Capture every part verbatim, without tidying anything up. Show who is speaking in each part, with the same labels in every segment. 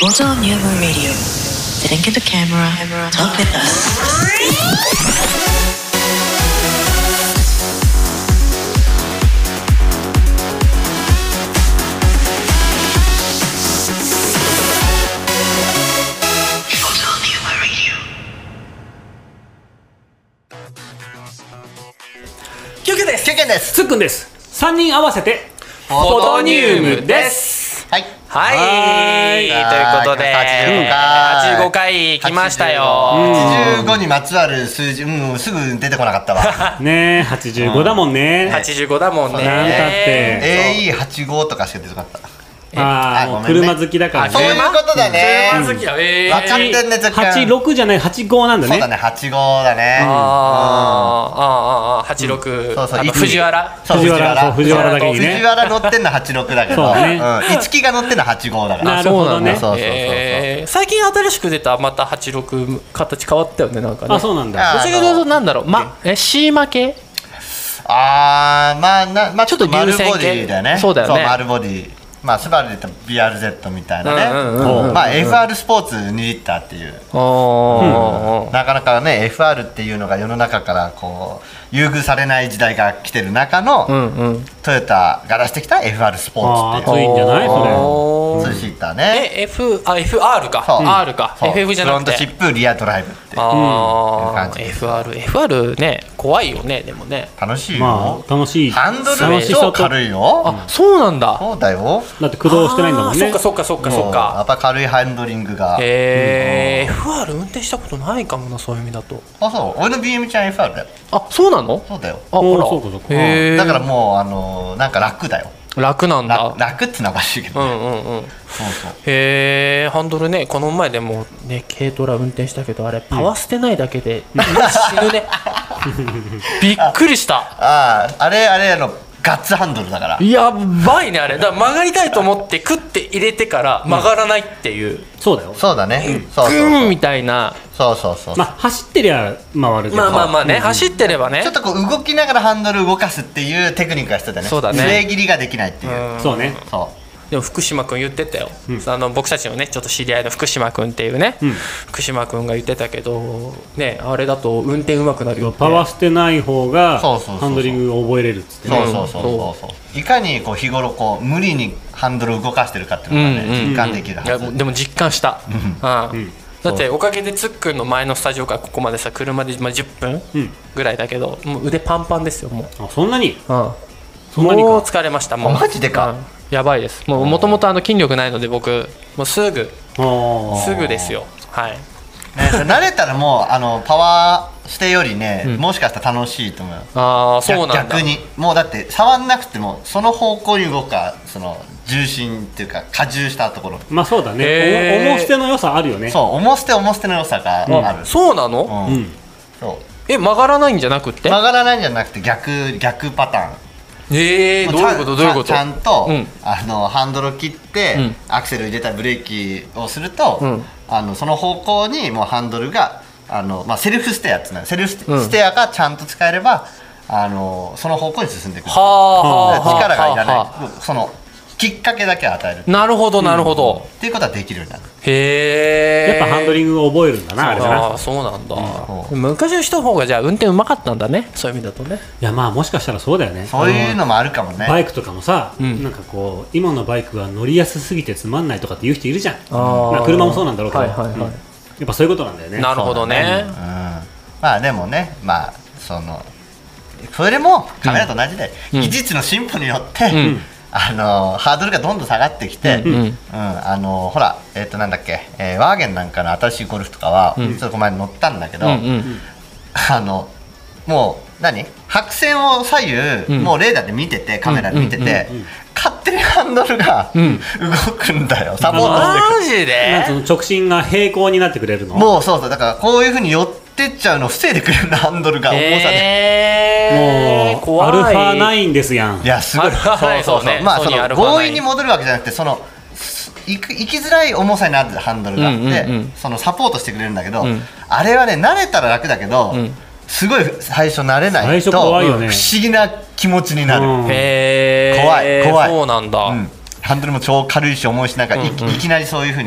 Speaker 1: Photo Nuevo Radio. Think of the camera, talk with us.
Speaker 2: キュウケです。
Speaker 3: キュウケンです。
Speaker 4: つっくんです。さんにん合わせて
Speaker 2: フォトニウムです。
Speaker 3: はい。
Speaker 2: はい。ということで
Speaker 3: はちじゅうごかい
Speaker 2: はちじゅうごかい来ましたよ。
Speaker 3: はちじゅうごにまつわる数字、うん、すぐ出てこなかったわ。
Speaker 4: ねえはちじゅうごだもんね。
Speaker 2: はちじゅうごだもんね。
Speaker 4: なんたって
Speaker 3: エーイーはちじゅうご とかしか出てこなかった。
Speaker 4: ああ、もう車好きだからね。
Speaker 3: そういうことだね。
Speaker 2: 車好きだ。え
Speaker 3: 分かってんね、つっくん。
Speaker 4: はちじゅうろくじゃないはちじゅうごなんだね。
Speaker 3: そうだね、はちじゅうごだね。
Speaker 2: あーあーあーはちじゅうろく。
Speaker 3: そうそう、
Speaker 2: 藤原。
Speaker 3: そう
Speaker 4: 藤原、そう藤原だけにね。
Speaker 3: 藤原乗ってんのはちじゅうろくだけど、
Speaker 4: そうね。
Speaker 3: 一木が乗ってんのははちじゅうごだから。
Speaker 4: なるほどね。
Speaker 3: そうそうそうそう。
Speaker 2: 最近新しく出たまたはちじゅうろく形変わったよね、なんかね。
Speaker 4: あ、そうなんだ。
Speaker 2: どっちかというとなんだろう、まえ C 負け。
Speaker 3: ああ、まあな、まあちょっと丸ボデ
Speaker 2: ちょっと優先系
Speaker 3: ィだよね。
Speaker 2: そうだよね。
Speaker 3: そう丸ボディ。まあスバルで言ったら ビーアールゼット みたいなね。
Speaker 2: うんうんうん
Speaker 3: まあ エフアール スポーツにリッターっていう。
Speaker 2: おー
Speaker 3: なかなかね エフアール っていうのが世の中からこう優遇されない時代が来てる中の、
Speaker 2: うんうん
Speaker 3: トヨタが出してきた エフアール スポーツっていう
Speaker 4: 熱いんじゃないそれ。
Speaker 3: ツーシーターね。
Speaker 2: え F あ エフアール か。
Speaker 3: そう
Speaker 2: R か。
Speaker 3: そう
Speaker 2: エフエフ じゃなくて。
Speaker 3: フロントシップリアドライブっていう
Speaker 2: ああ
Speaker 3: 感じ
Speaker 2: エフアール エフアール ね怖いよねでもね。
Speaker 3: 楽しいよ。
Speaker 4: まあ楽しい。
Speaker 3: ハンドル
Speaker 4: 楽しさと
Speaker 3: 超軽いよ。
Speaker 2: あそうなんだ。
Speaker 3: そうだよ。
Speaker 4: だって駆動してないんだもんね。
Speaker 2: あーそっかそっかそっかそっ
Speaker 3: もうや
Speaker 2: か。
Speaker 3: っぱ軽いハンドリングが。
Speaker 2: えー エフアール 運転したことないかもな、そういう意味だと。
Speaker 3: あ、そう。俺の ビーエム ちゃん エフアール だよ。
Speaker 2: あそうなの。
Speaker 3: そうだよ。
Speaker 2: あほら
Speaker 4: そうかそうか
Speaker 2: へー
Speaker 3: だからもうあのなんか楽だよ。
Speaker 2: 楽なんだ
Speaker 3: 楽。楽ってのはおかしいけどね。
Speaker 2: うんうんうん。
Speaker 3: そうそう。
Speaker 2: へえハンドルね、この前でもね軽トラ運転したけど、あれパワー捨てないだけで死ぬね。びっくりした。
Speaker 3: ああ、あれあれあのガッツハンドルだから。
Speaker 2: やばいねあれ。だから曲がりたいと思ってクッて入れてから曲がらないっていう、
Speaker 4: そうだよ。
Speaker 3: そうだね。そう
Speaker 2: グ
Speaker 3: そうそう。
Speaker 2: ーンみたいな。
Speaker 3: そうそうそう。
Speaker 4: まあ走ってりゃ回るけど。
Speaker 2: まあまあまあね、走ってればね。
Speaker 3: ちょっとこう動きながらハンドル動かすっていうテクニックが必要だね。
Speaker 2: そうだね
Speaker 3: 末切りができないっていう。
Speaker 4: そうね。
Speaker 3: そ
Speaker 2: でも福島君言ってたよ、あの僕たちのねちょっと知り合いの福島君っていうね、
Speaker 4: ん
Speaker 2: 福島君が言ってたけどね、あれだと運転うまくなるよって。
Speaker 4: パワー捨てない方が
Speaker 3: そうそうそうそう
Speaker 4: ハンドリングを覚えれるっつって
Speaker 3: う。
Speaker 4: ね。
Speaker 3: そうそうそうそうそう。いかにこう日頃こう無理にハンドルを動かしてるかっていうのがね、
Speaker 2: うんうん
Speaker 3: 実感できる
Speaker 2: いや
Speaker 3: はず。
Speaker 2: でも実感した、うんだっておかげでつっくんの前のスタジオからここまでさ車でまあじゅっぷん
Speaker 4: うん
Speaker 2: ぐらいだけど、もう腕パンパンですよもう、
Speaker 4: あ、そんなに。
Speaker 2: うん
Speaker 4: そんなにか
Speaker 2: もう疲れましたもう。
Speaker 3: マジでか
Speaker 2: うんやばいです。もうもともと筋力ないので僕もうすぐ
Speaker 4: あー
Speaker 2: すぐですよ。はい。
Speaker 3: ね、それ慣れたらもうあのパワー捨てよりね、もしかしたら楽しいと思うよ。
Speaker 2: ああそうなんだ。
Speaker 3: 逆にもうだって触んなくてもその方向に動くか、その重心っていうか荷重したところ、
Speaker 4: まあそうだね。
Speaker 2: へー
Speaker 4: お重捨ての良さあるよね。
Speaker 3: そう重捨て重捨ての良さがある。
Speaker 2: そうなの？
Speaker 3: うん
Speaker 4: うん。
Speaker 3: そう
Speaker 2: え曲がらないんじゃなくて？
Speaker 3: 曲がらないんじゃなくて逆逆パターン。
Speaker 2: えー、どういうことどういうこと？
Speaker 3: ちゃんちゃんと、
Speaker 2: うん
Speaker 3: あのハンドルを切って、
Speaker 2: うん
Speaker 3: アクセル入れたりブレーキをすると、
Speaker 2: うん
Speaker 3: あのその方向にもうハンドルがあの、まあ、セルフステアっていうのはセルフステ,、
Speaker 2: うん
Speaker 3: ステアがちゃんと使えればあのその方向に進んでいく。
Speaker 2: はあはあはあ
Speaker 3: 力がいらない、
Speaker 2: はあ
Speaker 3: そのきっかけだけ与えるっ
Speaker 2: なるほどなるほど。
Speaker 3: ていうことはできるようになる。
Speaker 2: へえ。
Speaker 4: やっぱハンドリングを覚えるんだな、あれだな。
Speaker 2: ああそうなんだ。
Speaker 3: う
Speaker 2: 昔の人の方がじゃあ運転うまかったんだね。そういう意味だとね。
Speaker 4: いやまあもしかしたらそうだよね。
Speaker 3: そういうのもあるかもね。
Speaker 4: バイクとかもさ、
Speaker 2: ん
Speaker 4: なんかこう今のバイクは乗りやすすぎてつまんないとかって言う人いるじゃん。
Speaker 2: あー
Speaker 4: まあ車もそうなんだろうけど、
Speaker 2: はいはいはい
Speaker 4: うんやっぱそういうことなんだよね。
Speaker 2: なるほどね
Speaker 3: うん。まあでもね、まあそのそれもカメラと同じで、
Speaker 2: うん
Speaker 3: 技術の進歩によって、
Speaker 2: ん
Speaker 3: あのハードルがどんどん下がってきて、
Speaker 2: うん
Speaker 3: うんあのほらえっ、となんだっけ、えーワーゲンなんかの新しいゴルフとかは、
Speaker 2: ん
Speaker 3: ちょっとこの前乗ったんだけど、
Speaker 2: うんうん
Speaker 3: あのもう何白線を左右、
Speaker 2: うん
Speaker 3: もうレーダーで見ててカメラで見てて、
Speaker 2: うんうん
Speaker 3: 勝手にハンドルが、
Speaker 2: ん
Speaker 3: 動くんだよ、サポートしてくる。
Speaker 2: マジ
Speaker 4: なんかそ
Speaker 2: で？
Speaker 4: の直進が平行になってくれるの。
Speaker 3: もうそうそう、だからこういうふうに寄ってっちゃうのを防いでくれるハンドルが重さで、
Speaker 2: えー、
Speaker 4: もう
Speaker 2: 怖い。
Speaker 4: アルファナインですやん。
Speaker 3: いやすごい、
Speaker 2: アルファナインそうね
Speaker 3: まあそ
Speaker 2: ソニーアルファナイン
Speaker 3: の強引に戻るわけじゃなくて、その行く行きづらい重さになるハンドルがあって、
Speaker 2: うんうんうん
Speaker 3: そのサポートしてくれるんだけど、
Speaker 2: うん
Speaker 3: あれはね慣れたら楽だけど、
Speaker 2: ん
Speaker 3: すごい最初慣れない
Speaker 4: 最初
Speaker 3: と
Speaker 4: 怖いよね
Speaker 3: 不思議な気持ちになる、
Speaker 4: うん
Speaker 2: へー
Speaker 3: 怖い怖い
Speaker 2: そうなんだ。
Speaker 3: うんハンドルも超軽いし重いし、なんかい,、いきなりそういうふうに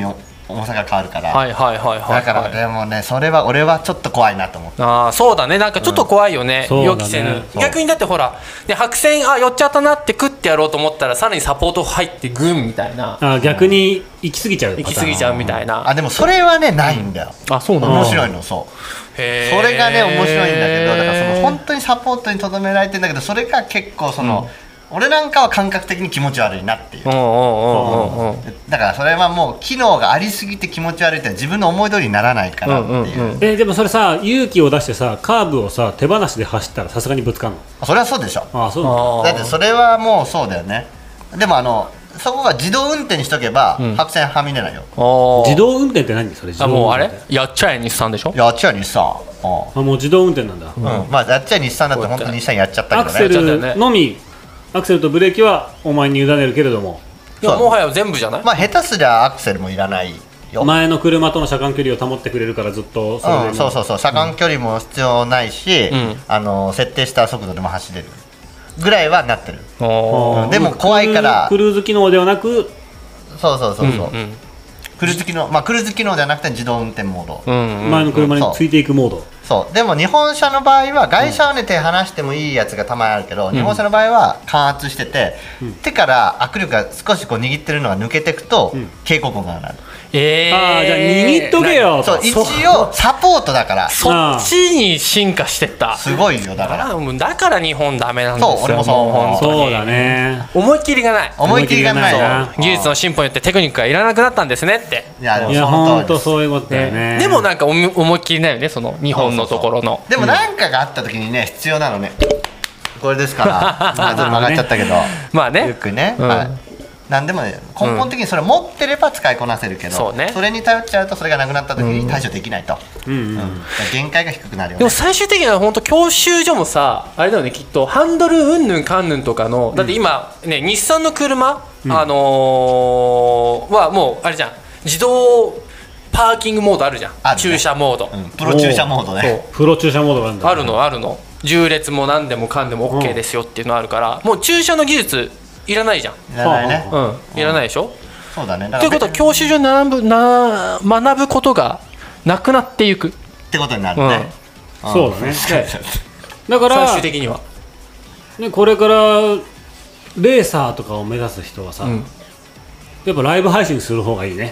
Speaker 3: 重さが変わるから、
Speaker 2: はいはいはいはい、
Speaker 3: だからでもねそれは俺はちょっと怖いなと思って。
Speaker 2: ああそうだね、なんかちょっと怖いよね、
Speaker 4: うん、
Speaker 2: 予期せぬ。逆にだってほら、ね、白線あ寄っちゃったなって食ってやろうと思ったらさらにサポート入ってグンみたいな、
Speaker 4: あ逆に行き過ぎちゃうパターン、
Speaker 2: 行き過ぎちゃうみたいな。
Speaker 3: あでもそれはねないんだよ、
Speaker 2: あそうなの。
Speaker 3: 面白いの。そう
Speaker 2: へー
Speaker 3: それがね面白いんだけど、だからその本当にサポートにとどめられてんだけど、それが結構その、うん、俺なんかは感覚的に気持ち悪いなっていう。だからそれはもう機能がありすぎて気持ち悪いって自分の思い通りにならないからっていう、うんうんうん、
Speaker 4: えでもそれさ勇気を出してさカーブをさ手放しで走ったらさすがにぶつかんの？
Speaker 3: それはそうでしょ。
Speaker 4: あそうなん
Speaker 3: だ。だってそれはもうそうだよね。でもあのそこが自動運転にしとけば、うん、白線はみ出ないよ。
Speaker 4: 自動運転って何それ？
Speaker 2: あもうあれやっちゃえ日産でしょ。
Speaker 3: やっちゃえ日産。
Speaker 4: あもう自動運転なんだ。
Speaker 3: うん、まあやっちゃえ日産だって本当に日産やっちゃったけどね。
Speaker 4: アクセルのみ、アクセルとブレーキはお前に委ねるけれども、
Speaker 2: いやもはや全部じゃない。
Speaker 3: まあ下手すりゃアクセルもいらないよ。
Speaker 4: 前の車との車間距離を保ってくれるからずっとそれで、
Speaker 3: うん、そうそうそう車間距離も必要ないし、うん、あの設定した速度でも走れるぐらいはなってる。うん、でも怖いから
Speaker 4: クルーズ機能ではなく、
Speaker 3: そうそうそうそう、うんうん、クルーズ機能、まあクルーズ機能ではなくて自動運転モード、
Speaker 4: うんうん、前の車についていくモード。
Speaker 3: そうでも日本車の場合は外車はね、うん、手離してもいいやつがたまにあるけど、うん、日本車の場合は感圧してて、うん、手から握力が少しこう握ってるのが抜けていくと、うん、警告音が鳴る。
Speaker 2: えー、
Speaker 4: あじゃあ握っとけよ。
Speaker 3: そう一応サポートだから
Speaker 2: そっちに進化してった。
Speaker 3: すごいよ。だから
Speaker 2: だから日本ダメなんですよ。
Speaker 3: そう俺もそう思う。
Speaker 4: そうだね、
Speaker 2: 思いっきりがない。
Speaker 3: 思いっきりがないな。
Speaker 2: 技術の進歩によってテクニックがいらなくなったんですねって。
Speaker 3: いや
Speaker 4: いや本当そういうことだよね。
Speaker 2: でもなんか思いっきりないよね、その日本のところの。
Speaker 3: でも何かがあった時にね必要なのね、これですからちょっと曲がっちゃったけど
Speaker 2: まあね
Speaker 3: よくね、うん、はい、なんでもね根本的にそれ持ってれば使いこなせるけど、うん そ, ね、それに頼っちゃうとそれがなくなった時に対処できないと、うんうんうん、限界が低くなるよね。
Speaker 2: でも最終的には本当教習所もさあれだよね、きっとハンドルうんぬんかんぬんとかの、だって今ね日産の車、うん、あのー、はもうあれじゃん、自動パーキングモードあるじゃん、ね、駐車モード、
Speaker 3: うん、プロ駐車モードね。
Speaker 4: プロ駐車モードがあるんだ。
Speaker 2: あるのあるの、縦列も何でもかんでも OK ですよっていうのあるから、もう駐車の技術いらないじゃん。
Speaker 3: いらないね。
Speaker 2: うん、いらないでしょ。
Speaker 3: そうだね。
Speaker 2: ということは教習所に学ぶ、な学ぶことがなくなっていく
Speaker 3: ってことになるね。
Speaker 4: うん、そうだね。だから
Speaker 2: 最終的には、
Speaker 4: ね、これからレーサーとかを目指す人はさ、うん、やっぱライブ配信する方がいいね。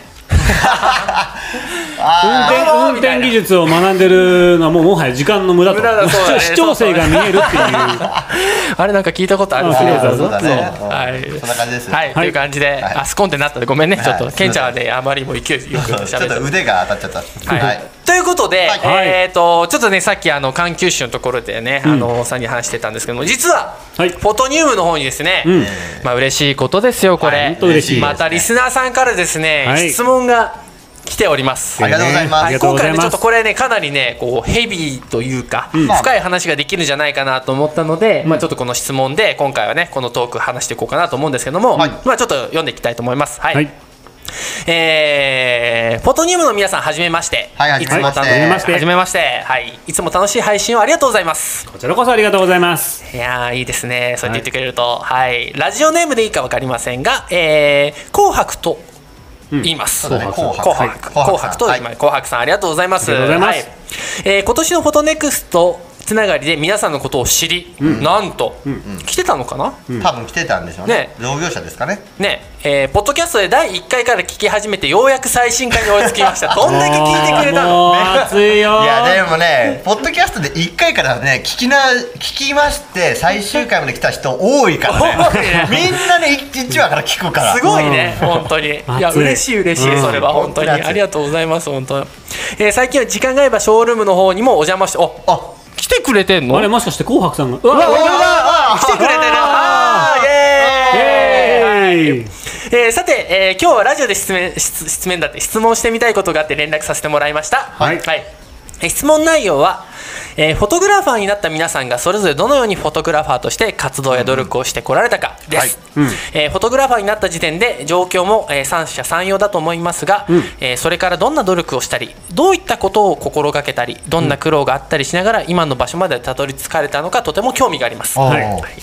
Speaker 4: 運転, 運転技術を学んでるのはもうもはや時間の無駄と。無駄だそうだ、ね、視聴性が見えるっていう
Speaker 2: あれなんか聞いたことある。
Speaker 3: そう
Speaker 2: だ
Speaker 3: ね、はい、そんな感じです。
Speaker 2: はい、という感じで、あスコンってなったんでごめんね、ちょっとケンちゃんはねあまりにも勢いよく喋って、ちょっと
Speaker 3: 腕が当たっちゃった。はい、
Speaker 2: ということで、えっとちょっとねさっきあの環球種のところでね、あのさんに話してたんですけども、実はフォトニウムの方にですね、まあ嬉しいことですよこれ。またリスナーさんからですね質問が来ております。
Speaker 3: ありがとうございます。
Speaker 2: はい、今回ねちょっとこれねかなりねこうヘビーというか、うん、深い話ができるんじゃないかなと思ったので、うん、まあちょっとこの質問で今回はねこのトーク話していこうかなと思うんですけども、はい、まあちょっと読んでいきたいと思います。はい。はい、えー、フォトニウムの皆さんはじめまして。
Speaker 3: はい、はじめまして。はじ
Speaker 2: めまして。はじめまして。はい。いつも楽しい配信をありがとうございます。
Speaker 4: こちらこそありがとうございます。
Speaker 2: いやーいいですね。そうやって言ってくれると、はい、はい、ラジオネームでいいかわかりませんが、えー、紅白と言います。紅白、紅白と紅白さんありがとうございます。はい、えー、今年のフォトネクストつながりで皆さんのことを知り、うん、なんと、うん、来てたのかな、
Speaker 3: うん、多分来てたんでしょうね。ね、同業者ですかね。
Speaker 2: ね、えー、ポッドキャストでだいいっかいから聞き始めてようやく最新回に追いつきました。どんだけ聞いてくれたのね。
Speaker 4: 熱いよ。
Speaker 3: いやでもねポッドキャストでいっかいからね聞きな聞きまして最終回まで来た人多いからね。みんなねいちわから聞くから。
Speaker 2: すごいね、うん、本当に。いや嬉しい嬉しい、うん、それは本当にありがとうございます本当。えー、最近は時間が合えばショールームの方にもお邪魔して、おあ来てくれてんの？
Speaker 4: あれもしかして紅白さんが
Speaker 2: うわうわうわ来てくれてる。あーイエーイ。えー、さて、えー、今日はラジオで質問質問だって質問してみたいことがあって連絡させてもらいました。はい、はい、えー、質問内容は、えー、フォトグラファーになった皆さんがそれぞれどのようにフォトグラファーとして活動や努力をしてこられたかです。はい、うん、えー、フォトグラファーになった時点で状況も、えー、三者三様だと思いますが、うん、えー、それからどんな努力をしたりどういったことを心がけたりどんな苦労があったりしながら今の場所までたどり着かれたのかとても興味があります。はい、はい、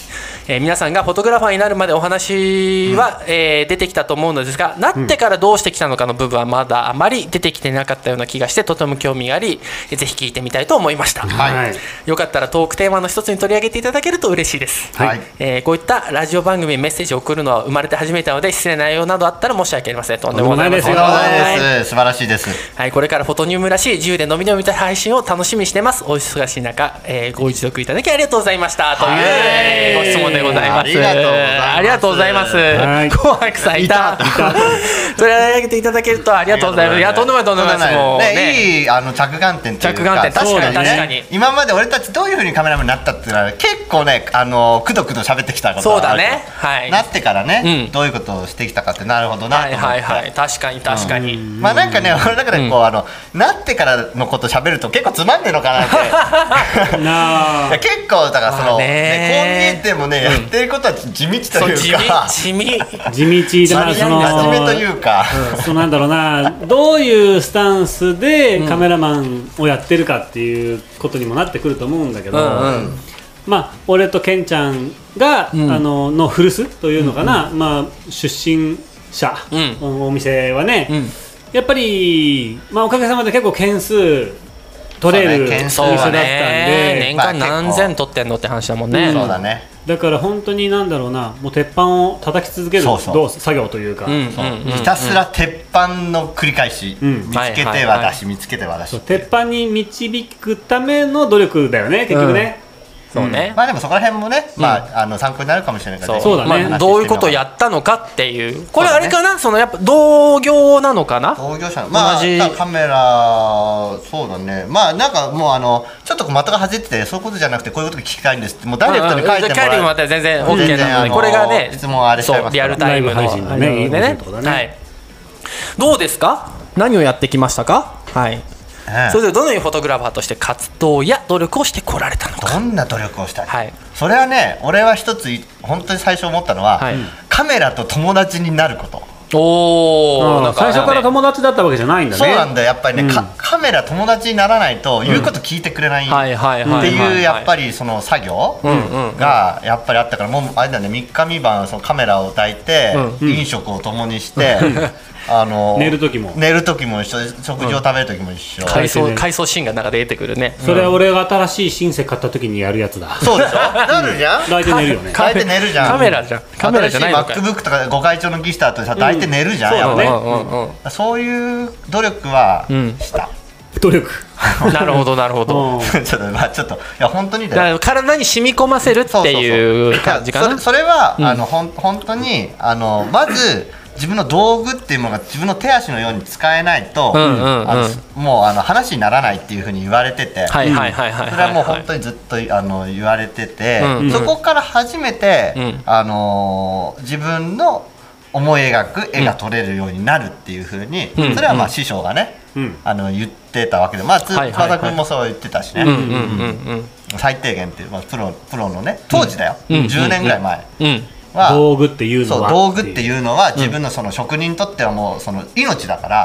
Speaker 2: えー、皆さんがフォトグラファーになるまでお話は、うん、えー、出てきたと思うのですが、なってからどうしてきたのかの部分はまだあまり出てきてなかったような気がして、とても興味があり、えー、ぜひ聞いてみたいと思いました、はい、よかったらトークテーマの一つに取り上げていただけると嬉しいです、はい、えー、こういったラジオ番組にメッセージを送るのは生まれて初めてなので、失礼な内容などあったら申し訳ありません。とんでもございません。
Speaker 3: はい、素晴らしいです、
Speaker 2: はい、これからフォトニウムらしい自由でのびのびと配信を楽しみにしてます。お忙しい中、えー、ご一読いただきありがとうございましたという、えー、ご質問でございます。ありがとうございます。紅白さんいた取り上げていただけるとありがとうございます。いや、とんでもないとんでもないです。もうね、
Speaker 3: いいあの着眼点というか、
Speaker 2: 着眼点、確かに確かに
Speaker 3: 今まで俺たちどういうふうにカメラマンになったっていうのは結構ね、あのくどくど喋ってきたことがある。
Speaker 2: そうだね、はい、
Speaker 3: なってからね、どういうことをしてきたかって、なるほどなと思って、はいはいはい、
Speaker 2: 確かに確かに、
Speaker 3: まあなんかね、俺の中でこう、あのなってからのこと喋ると結構つまんねえのかなってなあ結構だからその、こう見えてもね、やってることは地道というか、
Speaker 2: 地味
Speaker 4: 地道で、その
Speaker 3: 真面目というか、
Speaker 4: そうなんだろうな、どういうスタンスでカメラマンをやってるかっていうことにもなってくると思うんだけど、まあ俺とケンちゃんが、あのの古巣というのかな、まあ出身者、お店はね、やっぱり、まあ、おかげさまで結構件数取れるお店だったんで、
Speaker 2: 年間何千取ってんのって話だもんね。
Speaker 3: そうだね。
Speaker 4: だから本当になんだろうな、もう鉄板を叩き続ける作業というか、
Speaker 3: ひたすら鉄板の繰り返し、見つけては出し見つけては出し、
Speaker 4: 鉄板に導くための努力だよね、結局ね。
Speaker 2: そうね、
Speaker 3: まあでもそこら辺もね、まああの参考になるかもしれないから、
Speaker 4: そうだね、
Speaker 2: どういうことをやったのかっていう、これあれかな、そのやっぱ同業なのかな、
Speaker 3: 同業者の、まあカメラ、そうだね、まあなんかもうあのちょっと的が外れてて、そういうことじゃなくてこういうこと聞きたいんですって、もうダイレクトに書いてもらえる、
Speaker 2: また全然 OK なので、これがね、
Speaker 3: 質問あれしちゃいますから、
Speaker 2: リアルタイムの配信でね、はい。どうですか、何をやってきましたか。はい、それでどのようにフォトグラファーとして活動や努力をしてこられたのか。
Speaker 3: どんな努力をしたい、
Speaker 2: はい、
Speaker 3: それはね、俺は一つ本当に最初思ったのは、はい、カメラと友達になること。
Speaker 2: おー、
Speaker 4: なんか最初から友達だったわけじゃないんだね。
Speaker 3: そうなんだよ、やっぱりね、うん、カメラ友達にならないと言うこと聞いてくれないっていうやっぱりその作業がやっぱりあったから、もうあれだね、みっかみばんそのカメラを抱いて、うん、飲食を共にして、あの
Speaker 4: 寝る時も
Speaker 3: 寝る時も一緒、食事を食べる時も一緒、
Speaker 2: 回想回想シーンがなんか出てくるね。
Speaker 4: それは俺が新しいシンセ買った時にやるやつだ。
Speaker 3: そうでしょ、なるじゃん、
Speaker 4: 抱いて寝るよね、
Speaker 3: 抱いて寝るじゃん、
Speaker 2: カメラじゃん、カメラじゃないのか。
Speaker 3: 新しい MacBook とかご会長のギスターとさ抱いて寝るじゃん、やっぱりそういう努力はした
Speaker 4: 努力
Speaker 2: なるほどなるほど
Speaker 3: ちょっとまあちょっといや本当にだよ、
Speaker 2: 体に染み込ませるっていう感じかな。
Speaker 3: それはあのほん本当にあのまず自分の道具っていうものが自分の手足のように使えないと、もうあの話にならないっていうふうに言われてて、それはもう本当にずっとあの言われてて、うんうん、そこから初めて、うん、あの自分の思い描く絵が撮れるようになるっていうふうに、うん、それはまあ師匠がね、うん、あの言ってたわけで、まあ津田君もそう言ってたしね、最低限っていう、まあ、プロプロのね当時だよ、うん、じゅうねんぐらい前。うんうん
Speaker 4: 道具っていうのは、
Speaker 3: そう道具っていうのは自分のその職人にとってはもうその命だから、うん、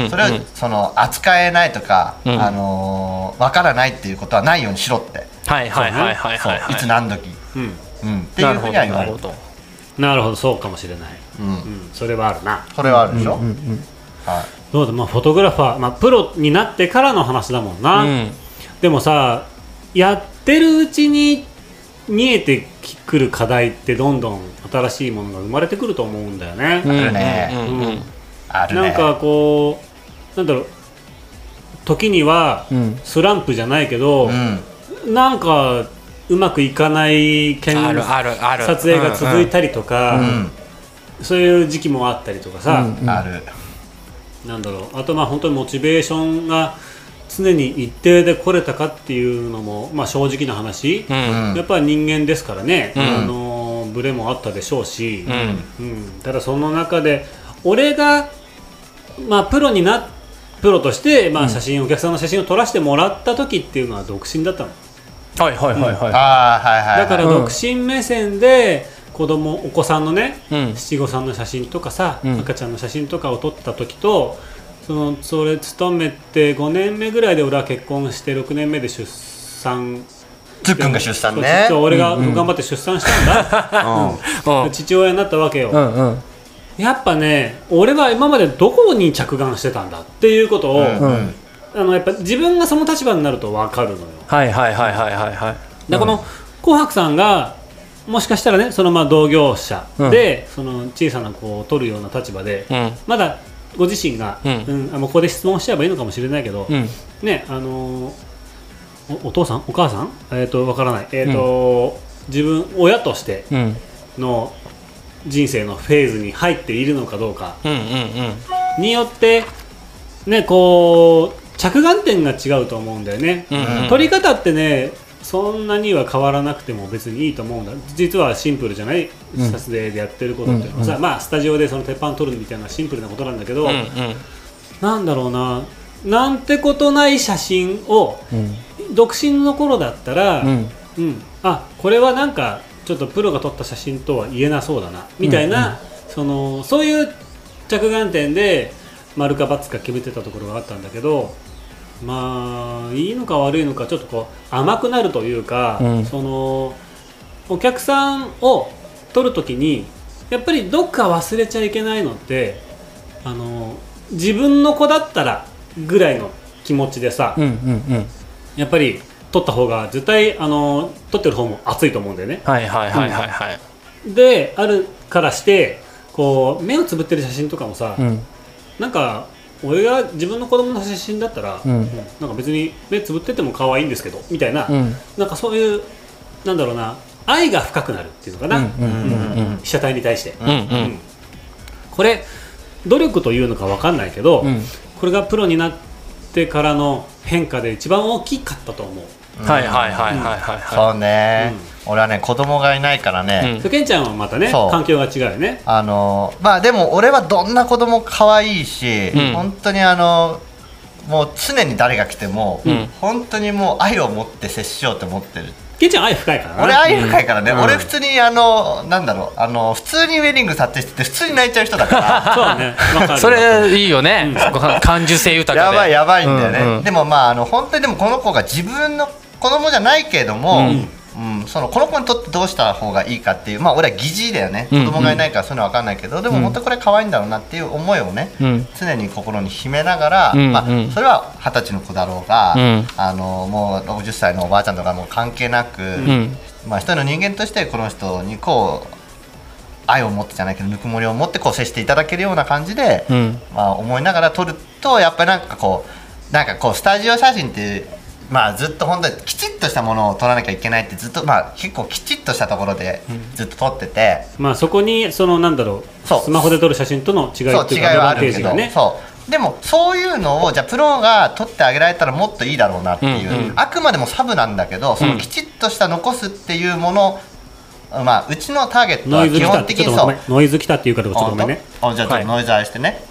Speaker 3: それをその扱えないとか、うん、あのー、分からないっていうことはないようにしろって、
Speaker 2: はいはいはいはいはい、
Speaker 3: いつ何時、うんうん、っていうふうには言われる。
Speaker 4: なるほど、そうかもしれない、うんうん、それはあるな。
Speaker 3: それはあるでしょ、うんうんうん、
Speaker 4: はい、どうだ、まあ、フォトグラファー、まあ、プロになってからの話だもんな、うん、でもさ、やってるうちに見えてくる課題ってどんどん新しいものが生まれてくると思うんだよね。
Speaker 3: あるね、うんうん、あるね。
Speaker 4: なんかこうなんだろう、時にはスランプじゃないけど、うん、なんかうまくいかない撮影が続いたりとか、うん、そういう時期もあったりとかさ、
Speaker 3: うんうん、ある。
Speaker 4: なんだろう、あとまあ本当にモチベーションが常に一定で来れたかっていうのも、まあ、正直な話、うん、やっぱり人間ですからね、うん、あのブレもあったでしょうし、うんうん、ただその中で俺が、まあ、プロになプロとして、まあ、写真、うん、お客さんの写真を撮らせてもらった時っていうのは独身だったの。
Speaker 2: はいはいはいはい、うん、あ
Speaker 3: はいはいはい、
Speaker 4: だから独身目線で子供お子さんのね、うん、七五三の写真とかさ、うん、赤ちゃんの写真とかを撮った時と、そのそれ勤めてごねんめぐらいで俺は結婚してろくねんめで出産
Speaker 3: つっくんが出産ね。
Speaker 4: 俺が頑張って出産したんだ、うん、父親になったわけよ、うんうん、やっぱね俺は今までどこに着眼してたんだっていうことを、うんうん、あのやっぱ自分がその立場になると分かるのよ。
Speaker 2: はいはいはいはいはいはい。
Speaker 4: でこの紅白さんがもしかしたらねそのまあ同業者で、うん、その小さな子を取るような立場で、うん、まだご自身が、うんうん、あもうここで質問しちゃえばいいのかもしれないけど、うん、ねあのー、お, お父さんお母さんえっ、ー、とわからないえっ、ー、と、うん、自分親としての人生のフェーズに入っているのかどうかによってねこう着眼点が違うと思うんだよね、うんうん、取り方ってねそんなには変わらなくても別にいいと思うんだ。実はシンプルじゃない撮影でやってることっていうのはさ、うんうん、まあスタジオでその鉄板取るみたいなシンプルなことなんだけど、うんうん、なんだろうななんてことない写真を、うん、独身の頃だったら、うんうん、あこれはなんかちょっとプロが撮った写真とは言えなそうだなみたいな、うんうん、そのそういう着眼点で丸か×か決めてたところがあったんだけど、まあいいのか悪いのかちょっとこう甘くなるというか、うん、そのお客さんを取るときにやっぱりどっか忘れちゃいけないのってあの自分の子だったらぐらいの気持ちでさ、うんうんうん、やっぱり撮った方が絶対あの撮ってる方も熱いと思うんだよね。
Speaker 2: はいはいはいはい、はい、
Speaker 4: うん、であるからしてこう目をつぶってる写真とかもさ、うん、なんか俺が自分の子供の写真だったら、うん、なんか別に目つぶってても可愛いんですけどみたいな、うん、なんかそういうなんだろうな愛が深くなるっていうのかな、被写体に対して、うんうんうん、これ努力というのか分かんないけど、うん、これがプロになってからの変化で一番大きかったと思う。
Speaker 2: はいはいはいはいはい、
Speaker 3: そうね、うん、俺はね子供がいないからね、
Speaker 4: うん、ケンちゃんはまたね環境が違うよね。
Speaker 3: あのまあでも俺はどんな子供可愛いし、うん、本当にあのもう常に誰が来ても、うん、本当にもう愛を持って接しようと思ってる。
Speaker 4: ケンちゃん愛深いからね。
Speaker 3: 俺愛深いからね、うん、俺普通にあのなんだろうあの普通にウェディング撮影してて普通に泣いちゃう人だから
Speaker 4: そうね分かる
Speaker 2: それいいよね、うん、感受性豊かで
Speaker 3: やばいやばいんだよね、うんうん、でもまああの本当にでもこの子が自分の子供じゃないけれども、うんうん、そのこの子にとってどうした方がいいかっていう、まあ俺は疑似だよね、子供がいないからそういうのは分かんないけど、うん、でも本当にこれ可愛いんだろうなっていう思いをね、うん、常に心に秘めながら、うんまあ、それは二十歳の子だろうが、うん、あのもうろくじゅっさいのおばあちゃんとかも関係なく、うんまあ、一人の人間としてこの人にこう愛を持ってじゃないけどぬくもりを持ってこう接していただけるような感じで、うんまあ、思いながら撮るとやっぱりなんかこうなんかこうスタジオ写真ってまあ、ずっと本当にきちっとしたものを撮らなきゃいけないってずっと、まあ、結構きちっとしたところでずっと撮ってて、
Speaker 4: うんまあ、そこにそのなんだろうスマホで撮る写真との違いっていうかアドバンテージがね。
Speaker 3: そうでもそういうのをじゃあプロが撮ってあげられたらもっといいだろうなっていう、うんうん、あくまでもサブなんだけどそのきちっとした残すっていうもの、うんまあ、うちのターゲットは基本的にそう
Speaker 4: ノイズ来たっていうからちょっとごめんね。
Speaker 3: あじゃあちょっとノイズあれしてね、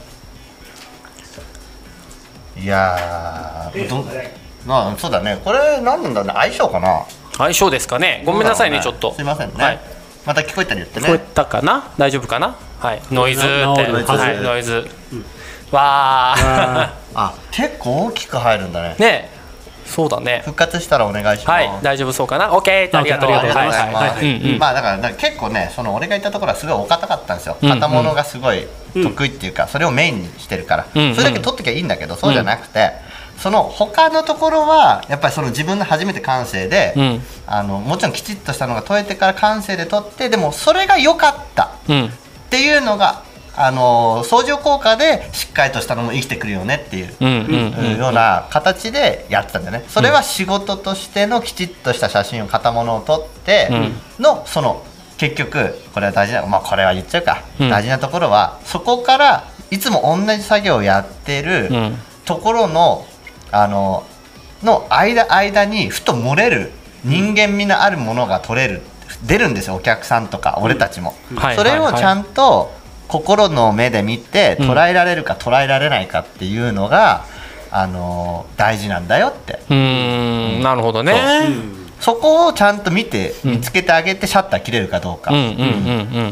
Speaker 3: はい、いやーどまあ、そうだねこれ何なんだろうね相性かな
Speaker 2: 相性ですかね。ごめんなさいね、ねちょっと
Speaker 3: すいませんね、はい、また聞こえたり言ってね
Speaker 2: 聞こえたかな大丈夫かなはいノイズってはい、ノイズ、うん、わー
Speaker 3: あ結構大きく入るんだね
Speaker 2: ねそうだね
Speaker 3: 復活したらお願いします。
Speaker 2: はい大丈夫そうかな OK ありがとう
Speaker 3: ありがとうございます。まあだから、だから結構ねその俺が行ったところはすごいお堅かったんですよ、うん、型物がすごい得意っていうか、うん、それをメインにしてるから、うん、それだけ取っときゃいいんだけど、そうじゃなくて、うん、その他のところはやっぱりその自分の初めて感性で、うん、あのもちろんきちっとしたのが取れてから感性で取ってでもそれが良かったっていうのが、あの相乗効果でしっかりとしたのも生きてくるよねっていうような形でやってたんだよね。それは仕事としてのきちっとした写真を型物を撮ってのその結局これは大事な、まあ、これは言っちゃうか、大事なところはそこからいつも同じ作業をやってるところのあのの間間にふと漏れる人間味のあるものが撮れる出るんですよお客さんとか俺たちも。それをちゃんと心の目で見て捉えられるか捉えられないかっていうのが、うん、あの大事なんだよって。
Speaker 2: うーん、うん、なるほどね。
Speaker 3: そこをちゃんと見て見つけてあげてシャッター切れるかどうか。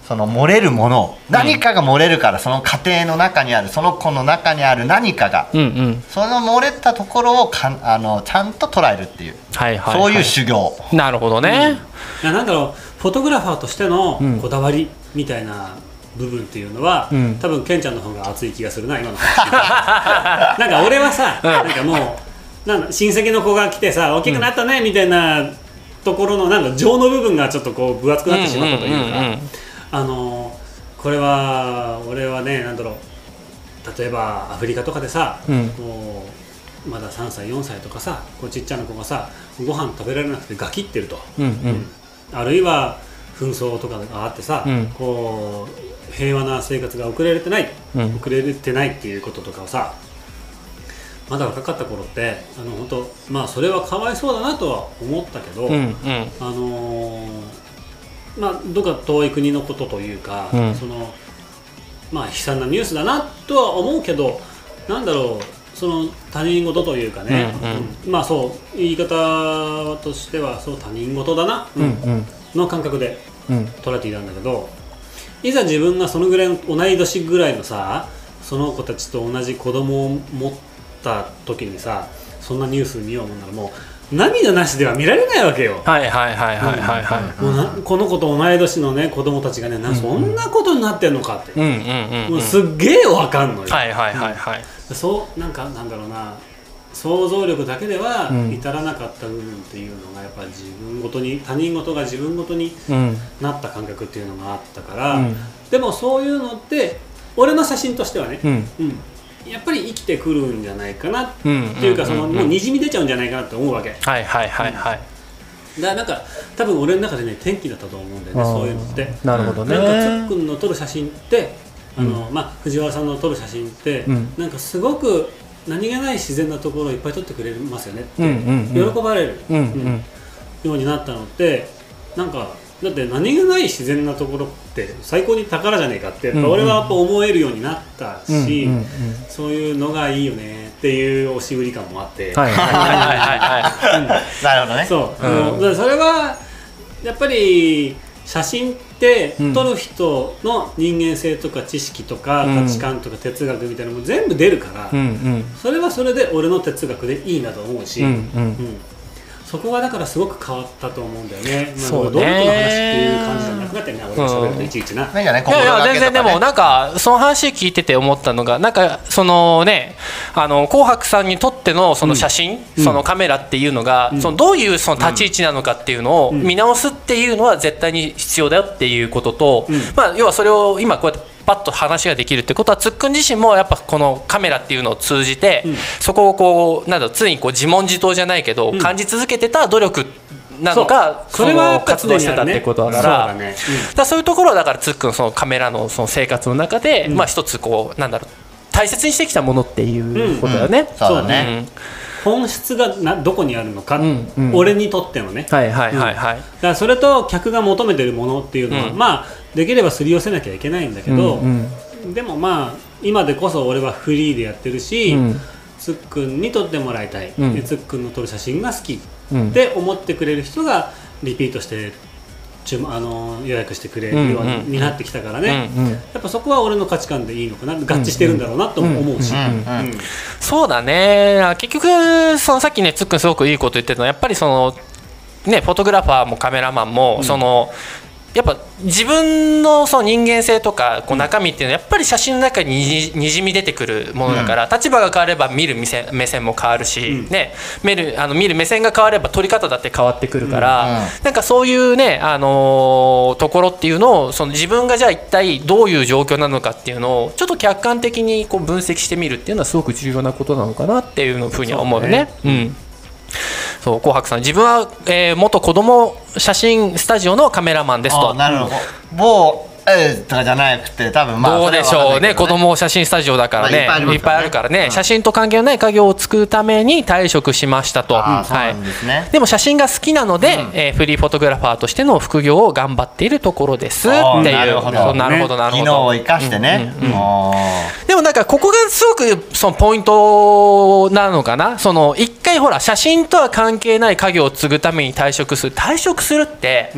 Speaker 3: その漏れるもの、何かが漏れるから、その家庭の中にある、その子の中にある何かが、うんうん、その漏れたところをかあのちゃんと捉えるっていう、はいはいはい、そういう修行。
Speaker 2: なるほどね、
Speaker 4: うん、いやなんだろう、フォトグラファーとしてのこだわりみたいな部分っていうのは、うん、多分ケンちゃんの方が熱い気がするな今の話なんか俺はさ、うん、なんかもうなん親戚の子が来てさ大きくなったねみたいなところのなんか情の部分がちょっとこう分厚くなってしまったというか、あのこれは俺はね、なんだろう、例えばアフリカとかでさ、うん、こうまださんさいよんさいとかさ、こうちっちゃな子がさご飯食べられなくてガキってると、うんうん、あるいは紛争とかがあってさ、うん、こう平和な生活が送れてない、うん、送れてないっていうこととかをさ、まだ若かった頃ってあの本当まあそれはかわいそうだなとは思ったけど、うんうん、あのー、まあどっか遠い国のことというか、うん、そのまあ悲惨なニュースだなとは思うけど、なんだろう、その他人事というかね、うんうんうん、まあそう言い方としてはそう他人事だな、うんうん、の感覚で捉えていたんだけど、いざ自分がそのぐらいの同い年ぐらいのさ、その子たちと同じ子供を持った時にさ、そんなニュース見ようもんならもう涙なしでは見られないわけよ。はいはいはいはいはいはい、もうなこの子と同い年のね子供たちがね、なそんなことになってんのかって、うんうんうんうん、もうすっげえわかんのよ。はいはいはいはい、うん、そうなんかなんだろうな、想像力だけでは至らなかった部分っていうのがやっぱり自分ごとに、他人事が自分ごとになった感覚っていうのがあったから、うん、でもそういうのって俺の写真としてはね、うんうん、やっぱり生きてくるんじゃないかなっていうか、そのもうにじみ出ちゃうんじゃないかなって思うわけ。はいはいはいはい、うん、だからなんか多分俺の中でね転機だったと思うんだよね、そういうのって。なるほどね。なんかつっくんの撮る写真ってあの、うん、まあ藤原さんの撮る写真って、うん、なんかすごく何気ない自然なところをいっぱい撮ってくれますよねって、うんうんうん、喜ばれる、うんうん、ようになったのって、なんかだって何気ない自然なところって最高に宝じゃねえかって俺はやっぱ思えるようになったし、うんうんうん、そういうのがいいよねっていう押し売り感もあって、はいはいはいはい、なるほどね。そう、うん、それはやっぱり写真って撮る人の人間性とか知識とか価値観とか哲学みたいなのも全部出るから、うんうん、それはそれで俺の哲学でいいなと思うし、うんうんうん、そこはだからすごく変わったと思うんだよね。そうね、道具の話っていう感じじゃなくなってるね、俺が喋るといちいちな、うん、いやい
Speaker 2: や全然でもなんかその話聞いてて思ったのが、なんかそのね、あの紅白さんにとってのその写真、うん、そのカメラっていうのが、うん、そのどういうその立ち位置なのかっていうのを見直すっていうのは絶対に必要だよっていうことと、うん、まあ要はそれを今こうやってパッと話ができるってことは、つっくん自身もやっぱこのカメラっていうのを通じて、うん、そこをこうなんだろう、常にこう自問自答じゃないけど、うん、感じ続けてた努力なのか、そ, それは活動してたってことだから、そうだね、うん、だからそういうところはだからつっくんそのカメラのその生活の中で、うん、まあ一つこうなんだろう、大切にしてきたものっていうことだよね。うんうん、そうだね。
Speaker 4: うん、本質がなどこにあるのか、うんうん、俺にとってのね、はいはいはいはい、うん、だからそれと客が求めてるものっていうのは、うん、まあできればすり寄せなきゃいけないんだけど、うんうん、でもまあ今でこそ俺はフリーでやってるし、うん、つっくんに撮ってもらいたい、うん、つっくんの撮る写真が好きって思ってくれる人がリピートして注あの予約してくれるようになってきたからね、うんうん、やっぱそこは俺の価値観でいいのかな、合致してるんだろうなと思うし、
Speaker 2: そうだね。結局そのさっきねつっくんすごくいいこと言ってるのは、やっぱりそのねフォトグラファーもカメラマンも、うん、そのやっぱ自分のその人間性とかこう中身っていうのはやっぱり写真の中ににじみ出てくるものだから、うん、立場が変われば見る目線、目線も変わるし、うん、ね、見る、あの見る目線が変われば撮り方だって変わってくるから、うん、なんかそういうね、あのー、ところっていうのをその自分がじゃあ一体どういう状況なのかっていうのをちょっと客観的にこう分析してみるっていうのはすごく重要なことなのかなっていうのふうには思うよね。うん。そう、紅白さん、自分は、えー、元子ども写真スタジオのカメラマンですと。
Speaker 3: あ、なるほど。某えー、とかじゃなくて、多分まあ
Speaker 2: どうでしょうね、子ども写真スタジオだからね、まあ、いっぱいあるからね、うん、写真と関係のない家業を作るために退職しましたと。あ、そうなんですね。はい、でも写真が好きなので、うん、えー、フリーフォトグラファーとしての副業を頑張っているところですっていう。なるほどなるほどなるほど。
Speaker 3: 技能を生かしてね。うんうんうん、
Speaker 2: でもなんかここがすごくそのポイントなのかな。その一回ほら写真とは関係ない家業を継ぐために退職する退職するって、うん、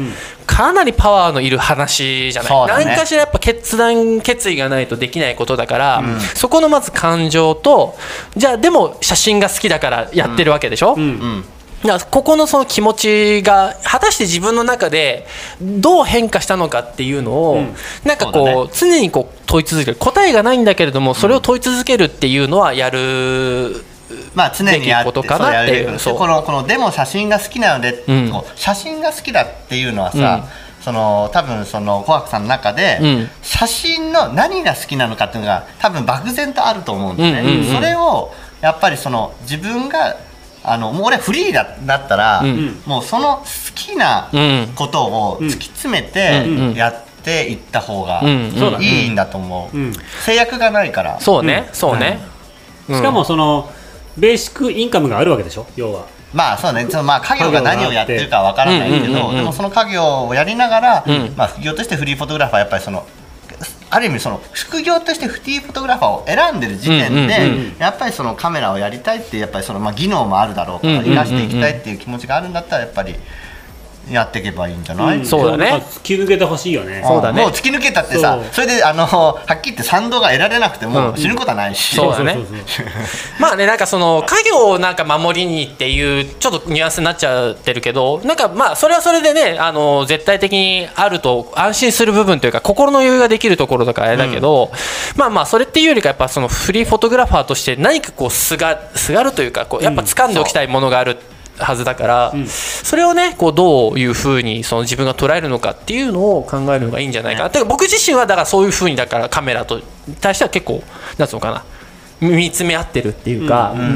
Speaker 2: かなりパワーのいる話じゃない、
Speaker 3: そうだね、
Speaker 2: 何かしらやっぱ決断決意がないとできないことだから、うん、そこのまず感情と、じゃあでも写真が好きだからやってるわけでしょ、うんうん、だからここのその気持ちが果たして自分の中でどう変化したのかっていうのを、うん、なんかこう、ね、常にこう問い続ける、答えがないんだけれどもそれを問い続けるっていうのはやる、
Speaker 3: まあ、常にやってことかなっていう。このこのでも写真が好きなので、うん、写真が好きだっていうのはさ、うん、その多分その紅白さんの中で、うん、写真の何が好きなのかっていうのが多分漠然とあると思うんですね、うんうんうん、それをやっぱりその自分があのもう俺フリー だ, だったら、うん、もうその好きなことを突き詰めてやっていった方がいいんだと思う、うんうん、制約がないから。
Speaker 2: そうね、そうね、
Speaker 4: うん、しかもそのベーシックインカムがあるわけでしょ、要は。
Speaker 3: まあそうね、そのまあ家業が何をやってるかわからないけど、でもその家業をやりながら、うん、まあ副業としてフリーフォトグラファーはやっぱりそのある意味その副業としてフリーフォトグラファーを選んでる時点で、やっぱりそのカメラをやりたいってやっぱりそのまあ技能もあるだろうから生かしていきたいっていう気持ちがあるんだったらやっぱりやっていけばいいんじゃない、
Speaker 2: うん、そうだね、
Speaker 4: 突き抜けてほしいよね。
Speaker 2: そうだね、
Speaker 3: もう突き抜けたってさ、 そ, それであのはっきり言って賛同が得られなくても死ぬことはないし、
Speaker 2: うん、そうだねまあね、なんかその家業をなんか守りにっていうちょっとニュアンスになっちゃってるけど、なんかまあそれはそれでね、あの絶対的にあると安心する部分というか心の余裕ができるところだからあれだけど、うん、まあまあそれっていうよりかやっぱそのフリーフォトグラファーとして何かこうすがすがるというかこうやっぱ掴んでおきたいものがあるはずだから、うん、それをねこうどういうふうにその自分が捉えるのかっていうのを考えるのがいいんじゃないかな、ね、てか僕自身はだからそういうふうにだからカメラと対しては結構なんつうのかな見つめ合ってるっていうか、うんうんうん、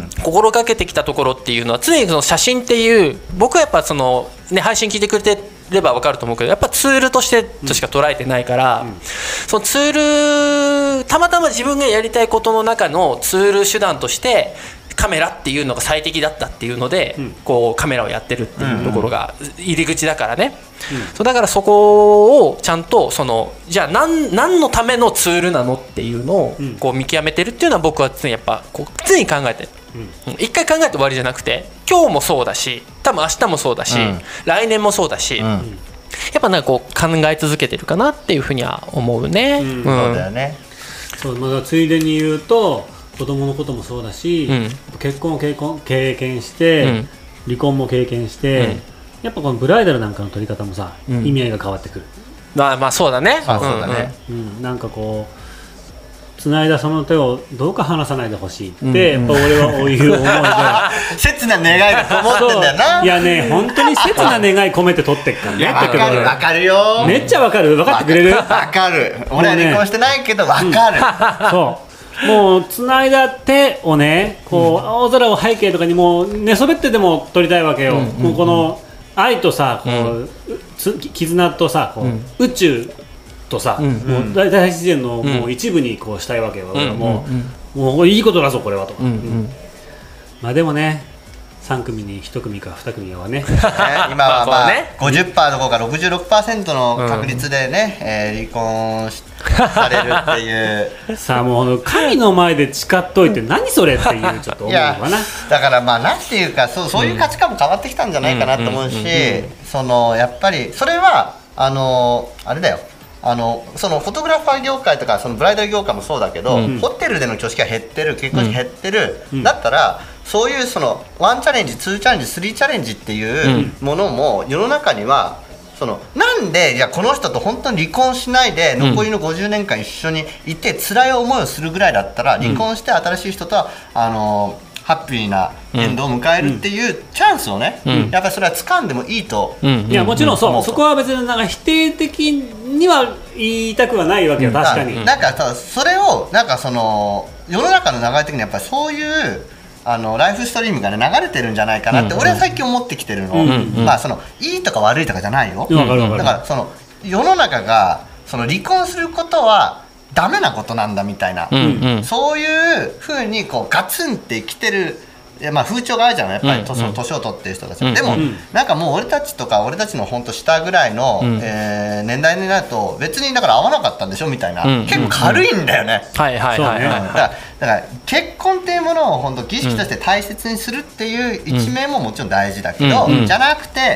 Speaker 2: 心がけてきたところっていうのは常にその写真っていう僕はやっぱその、ね、配信聞いてくれてれば分かると思うけどやっぱツールとしてとしか捉えてないから、うん、そのツールたまたま自分がやりたいことの中のツール手段としてカメラっていうのが最適だったっていうので、うん、こうカメラをやってるっていうところが入り口だからね、うん、そうだからそこをちゃんとそのじゃあ 何, 何のためのツールなのっていうのをこう見極めてるっていうのは僕は常にやっぱこう常に考えてる、うん、一回考えて終わりじゃなくて今日もそうだし多分明日もそうだし、うん、来年もそうだし、うん、やっぱなんかこう考え続けてるかなっていうふうには思うね、うんうん、
Speaker 3: そうだよね。
Speaker 4: そう、まあ、ついでに言うと子供のこともそうだし、うん、結婚を経験して、うん、離婚も経験して、うん、やっぱこのブライダルなんかの取り方もさ、うん、意味合いが変わってくる。
Speaker 2: まあまあそうだね。
Speaker 3: あ、そうだね、
Speaker 4: うんうん、なんかこうつないだその手をどうか離さないでほしいって、うん、やっぱ俺はこういう思いで
Speaker 3: 切な願いがこもってんだよな。
Speaker 4: いやね本当に切な願い込めて取ってっからね。
Speaker 3: わかるわかるよ。
Speaker 4: めっちゃわかる。分かってくれる。
Speaker 3: わかる。俺は離婚してないけどわかる、
Speaker 4: うん、そうもうつないだ手をねこう、うん、青空を背景とかにもう寝そべってでも撮りたいわけよ、うんうんうん、もうこの愛とさこう、うん、絆とさこう、うん、宇宙とさ、うんうん、もう大自然のもう一部にこうしたいわけよ、うん、もう、うんうん、もういいことだぞこれはと、うんうん、まあでもねさん組にいち組かに組はね
Speaker 3: 今はまあ ごじゅっパーセント どころか ろくじゅうろくパーセント の確率でね、うんえー、離婚されるっていう
Speaker 4: さあもう神の前で誓っといて何それっていうちょっと思うかな。
Speaker 3: だからまあなんていうかそう、そういう価値観も変わってきたんじゃないかなと思うし、そのやっぱりそれはあのあれだよあのそのフォトグラファー業界とかそのブライダル業界もそうだけど、うん、ホテルでの挙式が減ってる結婚式減ってる、うん、だったらそういうそのワンチャレンジツーチャレンジスリーチャレンジっていうものも世の中にはそのなんでいやこの人と本当に離婚しないで残りのごじゅうねんかん一緒にいて辛い思いをするぐらいだったら離婚して新しい人とはあのハッピーなエンドを迎えるっていうチャンスをね、うん、やっぱりそれは掴んでもいいと、
Speaker 4: うん、いやもちろんそう、うん、そこは別になんか否定的には言いたくはないわけよ、確かに。
Speaker 3: なんかそれをなんかその世の中の流れ的にやっぱりそういうあのライフストリームがね流れてるんじゃないかなって俺は最近思ってきてるの、うんうん、まあそのいいとか悪いとかじゃないよ、うん、だからその世の中がその離婚することはダメなことなんだみたいな、うんうん、そういう風にこうガツンって来てるいやまあ風潮があるじゃんやっぱり、うんうん、年を取ってる人たち、うんうん、でも、うん、なんかもう俺たちとか俺たちのほんと下ぐらいの、うんえー、年代になると別にだから合わなかったんでしょみたいな、うんうん、結構軽いんだよね、
Speaker 2: うん、はいはいはい、はい、
Speaker 3: だから、だから結婚っていうものを本当儀式として大切にするっていう一面ももちろん大事だけど、うんうん、じゃなくて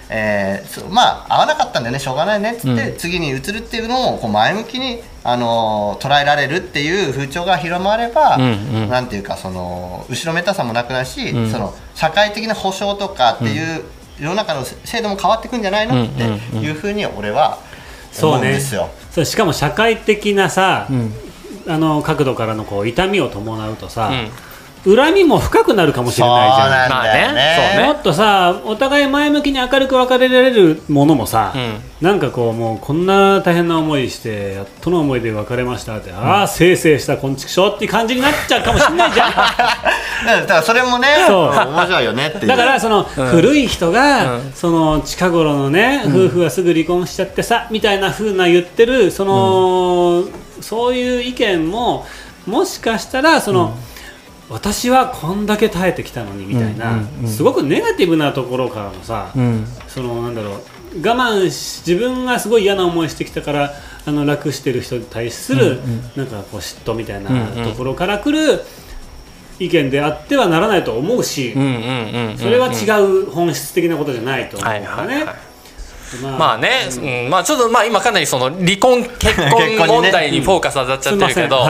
Speaker 3: えー、まあ合わなかったんだよねしょうがないねっつって、うん、次に移るっていうのをこう前向きに、あのー、捉えられるっていう風潮が広まれば、うんうん、なんていうかその後ろめたさもなくなるし、うん、その社会的な保障とかっていう、うん、世の中の制度も変わってくんじゃないのっていうふうに俺は思うんですよ。
Speaker 4: そうね、そうしかも社会的なさ、うん、あの角度からのこう痛みを伴うとさ、うん恨みも深くなるかもしれないじゃん。そうなんだよね。そうね。もっとさお互い前向きに明るく別れられるものもさ、うん、なんかこうもうこんな大変な思いしてやっとの思いで別れましたって、うん、ああせいせいしたこんちくしょうっていう感じになっちゃうかもしれないじゃん。だ
Speaker 3: からそれもね面白いよねっていう。
Speaker 4: だからその、うん、古い人が、うん、その近頃のね、うん、夫婦はすぐ離婚しちゃってさみたいな風な言ってるその、うん、そういう意見ももしかしたらその、うん私はこんだけ耐えてきたのにみたいな、うんうんうん、すごくネガティブなところからのさ、うん、そのなんだろう我慢し自分がすごい嫌な思いしてきたからあの楽してる人に対する、うんうん、なんかこう嫉妬みたいなところから来る意見であってはならないと思うし、それは違う本質的なことじゃないと思うからね。はいはいはい
Speaker 2: まあ、まあね、うんうん、まあちょっとまあ今かなりその離婚結婚問題にフォーカス当たっちゃってるけど、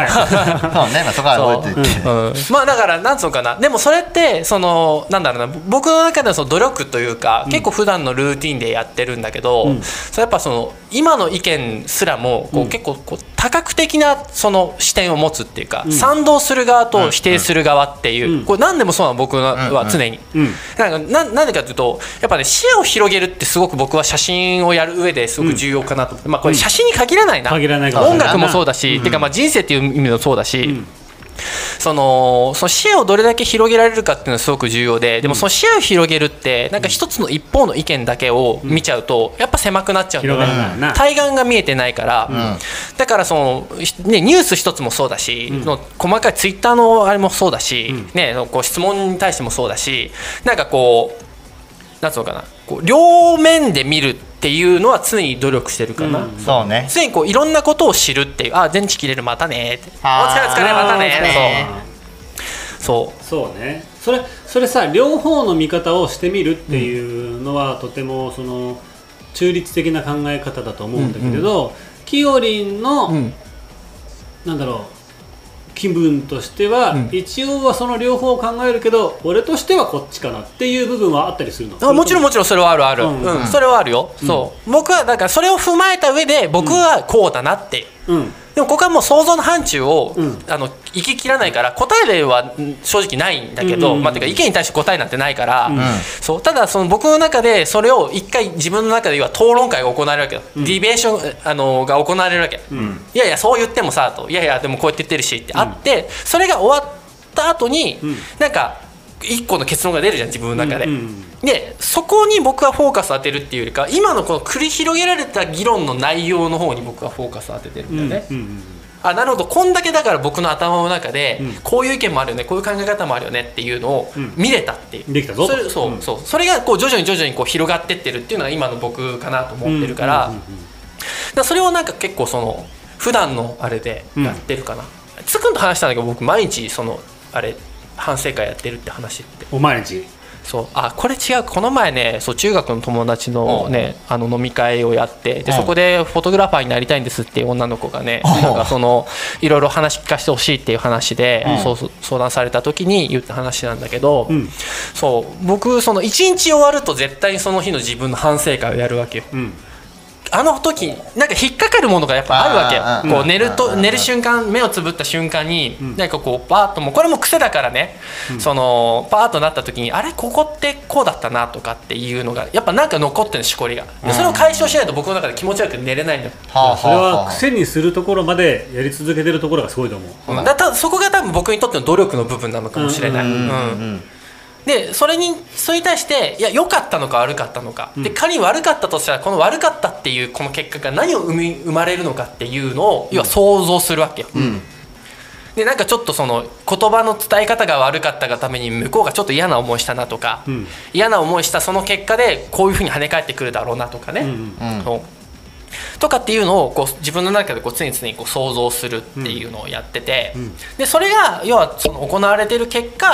Speaker 2: まあだからなんつうのかな、でもそれってそのなんだろうな、僕の中ではその努力というか、うん、結構普段のルーティンでやってるんだけど、うん、それやっぱその今の意見すらもこう、うん、結構こう多角的なその視点を持つっていうか、うん、賛同する側と否定する側っていう、うん、これ何でもそうなの僕は常に、うんうん、なんか な, なんでかというとやっぱね視野を広げるってすごく僕は写真写真をやる上ですごく重要かなと思って、うんまあ、これ写真に限らないな、限らない音楽もそうだし、うん、てかまあ人生っていう意味でもそうだし、うん、そのその視野をどれだけ広げられるかっていうのはすごく重要で、でもその視野を広げるってなんか一つの一方の意見だけを見ちゃうとやっぱ狭くなっちゃうんだよね、うん、対岸が見えてないから、うん、だからその、ね、ニュース一つもそうだし、うん、の細かいツイッターのあれもそうだし、うんね、こう質問に対してもそうだし、なんかこうなんつうのかな、こう両面で見るっていうのは常に努力してるかな、
Speaker 3: うん、そうね、
Speaker 2: 常にこういろんなことを知るっていう、あ電池切れるまたねって、お疲れお疲れまたね、そう
Speaker 4: そうそうね、それそれさ両方の見方をしてみるっていうのは、うん、とてもその中立的な考え方だと思うんだけれど、うんうん、きよりんの、うん、なんだろう気分としては、うん、一応はその両方を考えるけど俺としてはこっちかなっていう部分はあったりするの？
Speaker 2: あもちろんもちろんそれはあるある、うんうんうん、それはあるよ、うん、そう僕はだからそれを踏まえた上で僕はこうだなっていう、うん、でもここはもう想像の範疇を、うん、あの行ききらないから答えでは正直ないんだけど、うんうんうん、まあ、てか意見に対して答えなんてないから、うん、そうただその僕の中でそれを一回自分の中では討論会が行われるわけよ、うん、ディベーションあのが行われるわけ、うん、いやいやそう言ってもさと、いやいやでもこうやって言ってるしってあって、うん、それが終わった後に、うん、なんか一個の結論が出るじゃん自分の中で、うんうん、でそこに僕はフォーカス当てるっていうよりか今のこの繰り広げられた議論の内容の方に僕はフォーカス当ててるんだよね、うんうんうん、あなるほどこんだけだから僕の頭の中で、うん、こういう意見もあるよねこういう考え方もあるよねっていうのを見れたっていう、うん、
Speaker 4: できたぞ
Speaker 2: それ、そう、うん、そうそれがこう徐々に徐々にこう広がってってるっていうのが今の僕かなと思ってるから、うんうんうんうん、だからそれをなんか結構その普段のあれでやってるかな、うん、つくんと話したんだけど僕毎日そのあれ反省会やってるって話って
Speaker 4: お毎日
Speaker 2: そうあこれ違うこの前ねそう中学の友達のねあの飲み会をやってでそこでフォトグラファーになりたいんですっていう女の子がねなんかそのいろいろ話聞かせてほしいっていう話でそう相談された時に言った話なんだけど、うん、そう僕その一日終わると絶対にその日の自分の反省会をやるわけよ、うんあの時なんか引っかかるものがやっぱあるわけよ。こう寝ると寝る瞬間目をつぶった瞬間になんかこうパーッともうこれも癖だからね、うん、そのパーッとなった時にあれここってこうだったなとかっていうのがやっぱなんか残ってるしこりがでそれを解消しないと僕の中で気持ち悪く寝れないんだよ、
Speaker 4: うん、それは癖にするところまでやり続けてるところがすごいと思う、
Speaker 2: うん、だたそこが多分僕にとっての努力の部分なのかもしれない。でそれにそれに対していや良かったのか悪かったのか、うん、で仮に悪かったとしたらこの悪かったっていうこの結果が何を生み生まれるのかっていうのを要は想像するわけよ、うん、でなんかちょっとその言葉の伝え方が悪かったがために向こうがちょっと嫌な思いしたなとか、うん、嫌な思いしたその結果でこういうふうに跳ね返ってくるだろうなとかね、うんうん、そうとかっていうのをこう自分の中でこう常に常にこう想像するっていうのをやってて、うんうん、でそれが要はその行われている結果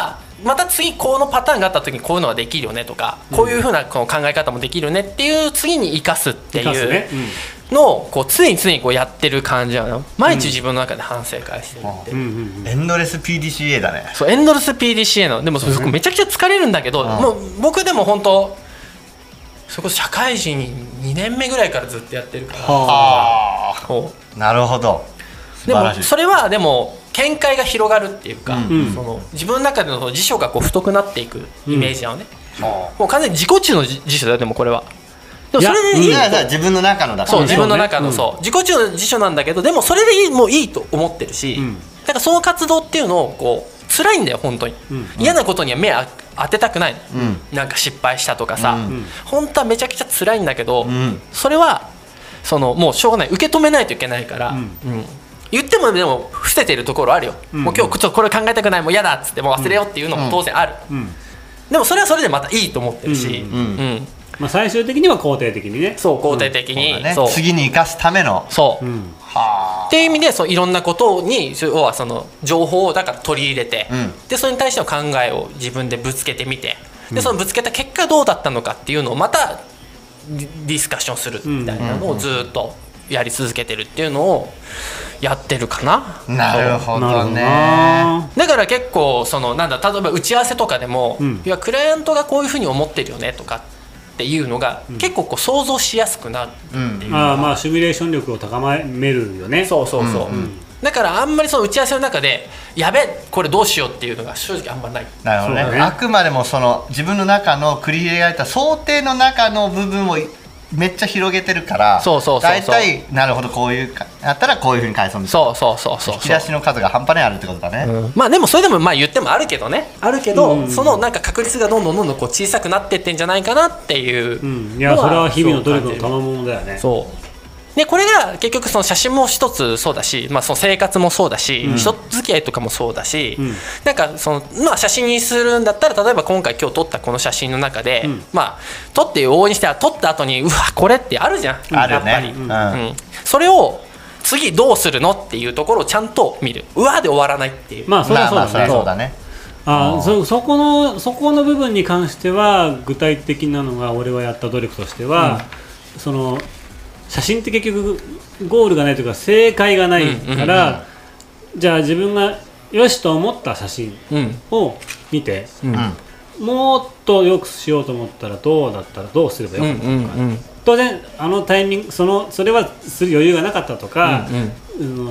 Speaker 2: また次このパターンがあった時にこういうのができるよねとか、こういうふうなこの考え方もできるよねっていう次に生かすっていうのをこう常に常にこうやってる感じなの。毎日自分の中で反省会してるって、うん、
Speaker 3: エンドレス ピーディーシーエー だね。
Speaker 2: そうエンドレス ピーディーシーエー のでもそこめちゃくちゃ疲れるんだけど、うん、もう僕でも本当そこ社会人にねんめぐらいからずっとやってるから。
Speaker 3: はあ、なるほど。
Speaker 2: でもそれはでも見解が広がるっていうか、うん、その自分の中での辞書がこう太くなっていくイメージなのね、うん、もう完全に自己中の辞書だよ。でもこれはでもそれでいい、いや、
Speaker 3: 自分の中のだから、ね、
Speaker 2: そう自分の中の、そう自己中の辞書なんだけど、でもそれでいいもういいと思ってるし、うん、だからその活動っていうのをこう辛いんだよ本当に、うん、嫌なことには目当てたくない、うん、なんか失敗したとかさ、うん、本当はめちゃくちゃ辛いんだけど、うん、それはそのもうしょうがない、受け止めないといけないから、うんうん、言ってもでも伏せてるところあるよ、うん、もう今日ちょっとこれ考えたくない、もう嫌だっつってもう忘れようっていうのも当然ある、うんうん、でもそれはそれでまたいいと思ってるし、うんうんうん
Speaker 4: まあ、最終的には肯定的にね、
Speaker 2: そう肯定的に、
Speaker 3: うんそうね、次に生かすための
Speaker 2: そう、うん、はっていう意味でそういろんなことに要はその情報をだから取り入れて、うん、でそれに対しての考えを自分でぶつけてみて、でそのぶつけた結果どうだったのかっていうのをまたディスカッションするみたいなのをずっとやり続けてるっていうのをやってるかな。
Speaker 3: なるほどね。
Speaker 2: だから結構そのなんだ例えば打ち合わせとかでも、うん、いやクライアントがこういうふうに思ってるよねとかっていうのが、うん、結構こう想像しやすくなるっていう、うん、
Speaker 4: あまあシミュレーション力を高めるよね。
Speaker 2: そうそうそう、うんうん、だからあんまりその打ち合わせの中でやべこれどうしようっていうのが正直あんまない。
Speaker 3: なるほどね。あくまでもその自分の中の繰り入れられた想定の中の部分をめっちゃ広げてるから、
Speaker 2: そうそうそうそう、
Speaker 3: 大体なるほどこういうやったらこういうふうに返そうみたいな、
Speaker 2: そうそうそうそう、
Speaker 3: 引き出しの数が半端ないあるってことだね、
Speaker 2: うん、まあでもそれでもまあ言ってもあるけどね、あるけど、うん、そのなんか確率がどんどんどんどんこう小さくなってってんじゃないかなっていう、
Speaker 4: うん、いやそれは日々の努力の賜物だよね。
Speaker 2: そうでこれが結局その写真も一つそうだし、まあ、その生活もそうだし、うん、人付き合いとかもそうだし、うん、なんかその、まあ、写真にするんだったら例えば今回今日撮ったこの写真の中で、うん、まあ撮って往々にしては撮った後にうわこれってあるじゃん、
Speaker 3: あるね、
Speaker 2: やっぱり、うんうん、それを次どうするのっていうところをちゃんと見る、うわで終わらないっていう、
Speaker 4: まあそれはそうだね、まあ、
Speaker 3: そうだね。
Speaker 4: あ そ, そ, このそこの部分に関しては具体的なのが俺はやった努力としては、うん、その写真って結局ゴールがないというか正解がないから、うんうんうん、じゃあ自分がよしと思った写真を見て、うんうん、もっと良くしようと思ったらどうだったらどうすればよかったのか、うんうんうん、当然あのタイミング そ, のそれはする余裕がなかったとか、うんうん、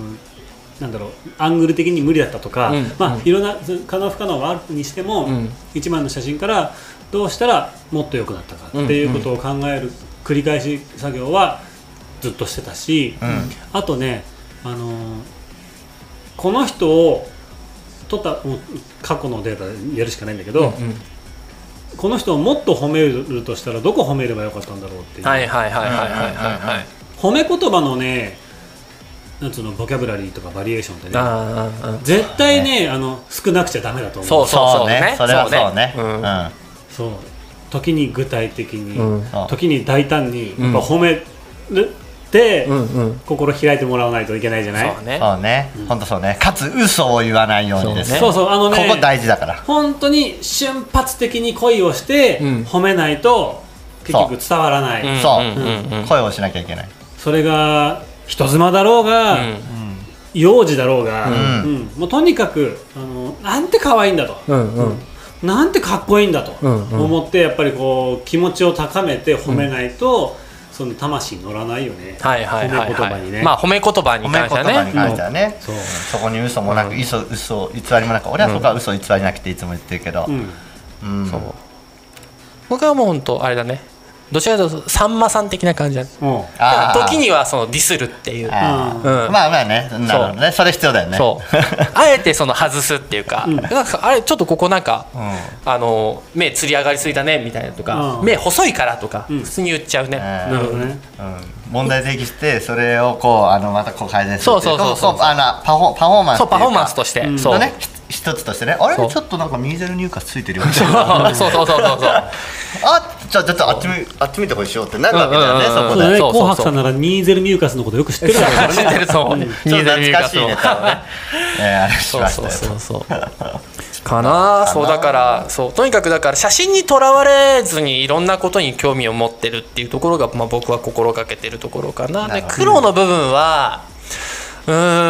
Speaker 4: うなんだろうアングル的に無理だったとか、うんうん、まあいろんな可能不可能があるにしても、うん、一枚の写真からどうしたらもっと良くなったかっていうことを考える繰り返し作業はずっとしてたし、うん、あとね、あのー、この人を撮ったもう過去のデータでやるしかないんだけど、うんうん、この人をもっと褒めるとしたらどこ褒めればよかったんだろうっていう、
Speaker 2: はいはいはいはいはいはい、
Speaker 4: 褒め言葉のねなんつうのボキャブラリーとかバリエーションってね、ああ絶対ね、あの少なくちゃダメだと思う。
Speaker 2: そうそうそうね、
Speaker 3: それはそうね、
Speaker 4: うんうん、そう時に具体的に、うん、時に大胆にやっぱ褒めるって、うんうん、心開いてもらわないといけないじゃない。
Speaker 3: そうね、そうね、うん、本当そうね。かつ嘘を言わないようにですね。
Speaker 4: そうそう、あのね、
Speaker 3: ここ大事だから。
Speaker 4: 本当に瞬発的に恋をして褒めないと結局伝わらない。
Speaker 3: そう、うんうん、声をしなきゃいけない。
Speaker 4: それが人妻だろうが、うん、幼児だろうが、うんうん、もうとにかくあのなんて可愛いんだと。うんうんなんてかっこいいんだと思ってやっぱりこう気持ちを高めて褒めないと、うん、その魂に乗らないよね。
Speaker 2: はいはいはいはい、
Speaker 4: 褒め言葉にね。
Speaker 2: まあ褒め言葉に関してはね。
Speaker 3: 褒め言葉に関してはね。そうそこに嘘もなく、うん、嘘嘘偽りもなく、俺はそこは嘘偽りなくていつも言ってるけど。うんうん、そう
Speaker 2: 僕はもう本当あれだね。どちらかというとさんまさん的な感じだね。うん、だから時にはそのディスるっていう。あ、
Speaker 3: うん、まあまあね、なるほどね。それ必要だよね。
Speaker 2: そうあえてその外すっていうか、うん、なんかあれちょっとここなんか、うん、あの目つり上がりすぎだねみたいなとか、うん、目細いからとか、うん、普通に言っちゃうね。なるほどね。
Speaker 3: うん、問題提起してそれをこうあのまたこう改善する。
Speaker 2: そうそうそうそう。
Speaker 3: あのパフォパフォーマンス
Speaker 2: そうパフォーマンスとして、
Speaker 3: うん、そうね。 一つとしてね、あれちょっとなんかミーゼル乳化ついてるよみたいな
Speaker 2: そうそうそうそうそう
Speaker 3: あじゃあちょっとあっち見あっち見てほしいよってなるわけだよね、
Speaker 2: うんうんうん
Speaker 3: そこで
Speaker 4: そうね、
Speaker 2: そうそうそう
Speaker 4: 紅白さんならニーゼルミューカスのことよく知ってるからね
Speaker 2: 知ってると思う、
Speaker 3: ちょっと懐かしいネタをね、えー、あれし
Speaker 2: そう
Speaker 3: ましたよ
Speaker 2: そうそうそうかな。そうだからそうとにかくだから写真にとらわれずにいろんなことに興味を持ってるっていうところが、まあ、僕は心がけてるところかな。で黒の部分はう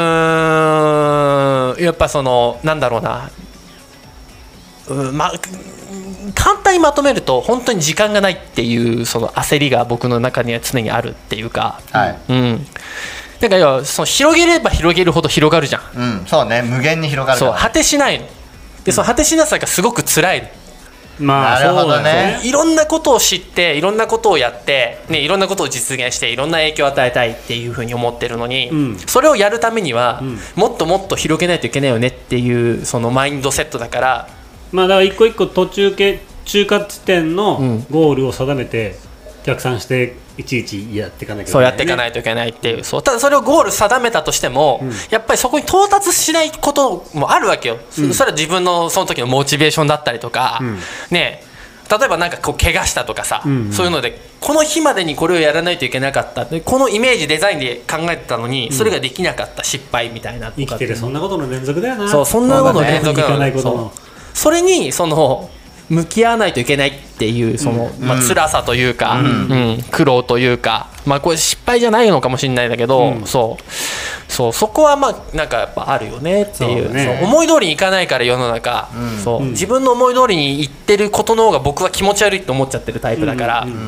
Speaker 2: ーんやっぱそのなんだろうな、うんま簡単にまとめると本当に時間がないっていうその焦りが僕の中には常にあるっていうか、
Speaker 3: はい
Speaker 2: うん、だから要はその広げれば広げるほど広がるじゃん。
Speaker 3: うん、そうね、無限に広がるから、ね、
Speaker 2: そう果てしないので、その果てしなさがすごく辛いの。
Speaker 4: まあ
Speaker 3: なるほどね
Speaker 4: そうだよ
Speaker 2: いろんなことを知っていろんなことをやって、ね、いろんなことを実現していろんな影響を与えたいっていうふうに思ってるのに、
Speaker 4: うん、
Speaker 2: それをやるためには、
Speaker 4: うん、
Speaker 2: もっともっと広げないといけないよねっていうそのマインドセットだから、
Speaker 4: まあだから一個一個途中系中間地点の
Speaker 2: うん
Speaker 4: ゴールを定めて逆算していちいちやっていかなきゃいけない、ね、
Speaker 2: そうやっていかないといけないっていう、そうただそれをゴール定めたとしても、
Speaker 4: うん
Speaker 2: やっぱりそこに到達しないこともあるわけよ、
Speaker 4: うん、
Speaker 2: それは自分のその時のモチベーションだったりとか、
Speaker 4: うん
Speaker 2: ねえ例えばなんかこう怪我したとかさ、
Speaker 4: うんうん、
Speaker 2: そういうのでこの日までにこれをやらないといけなかったでこのイメージデザインで考えてたのに、それができなかった失敗みたいなとか
Speaker 4: 生きてるそんなことの連続だよな。
Speaker 2: そうそんなことの連続なの
Speaker 4: いかないことの
Speaker 2: そうそれにその向き合わないといけないっていうその、まあ、辛さというか、うんうん、苦労というか、まあ、これ失敗じゃないのかもしれないんだけど、
Speaker 4: うん、
Speaker 2: そうそうそこはまあなんかやっぱあるよねっていう、
Speaker 4: そうね、
Speaker 2: そう思い通りにいかないから世の中、うん、そう、うん、自分の思い通りにいってることの方が僕は気持ち悪いと思っちゃってるタイプだから、うんうん、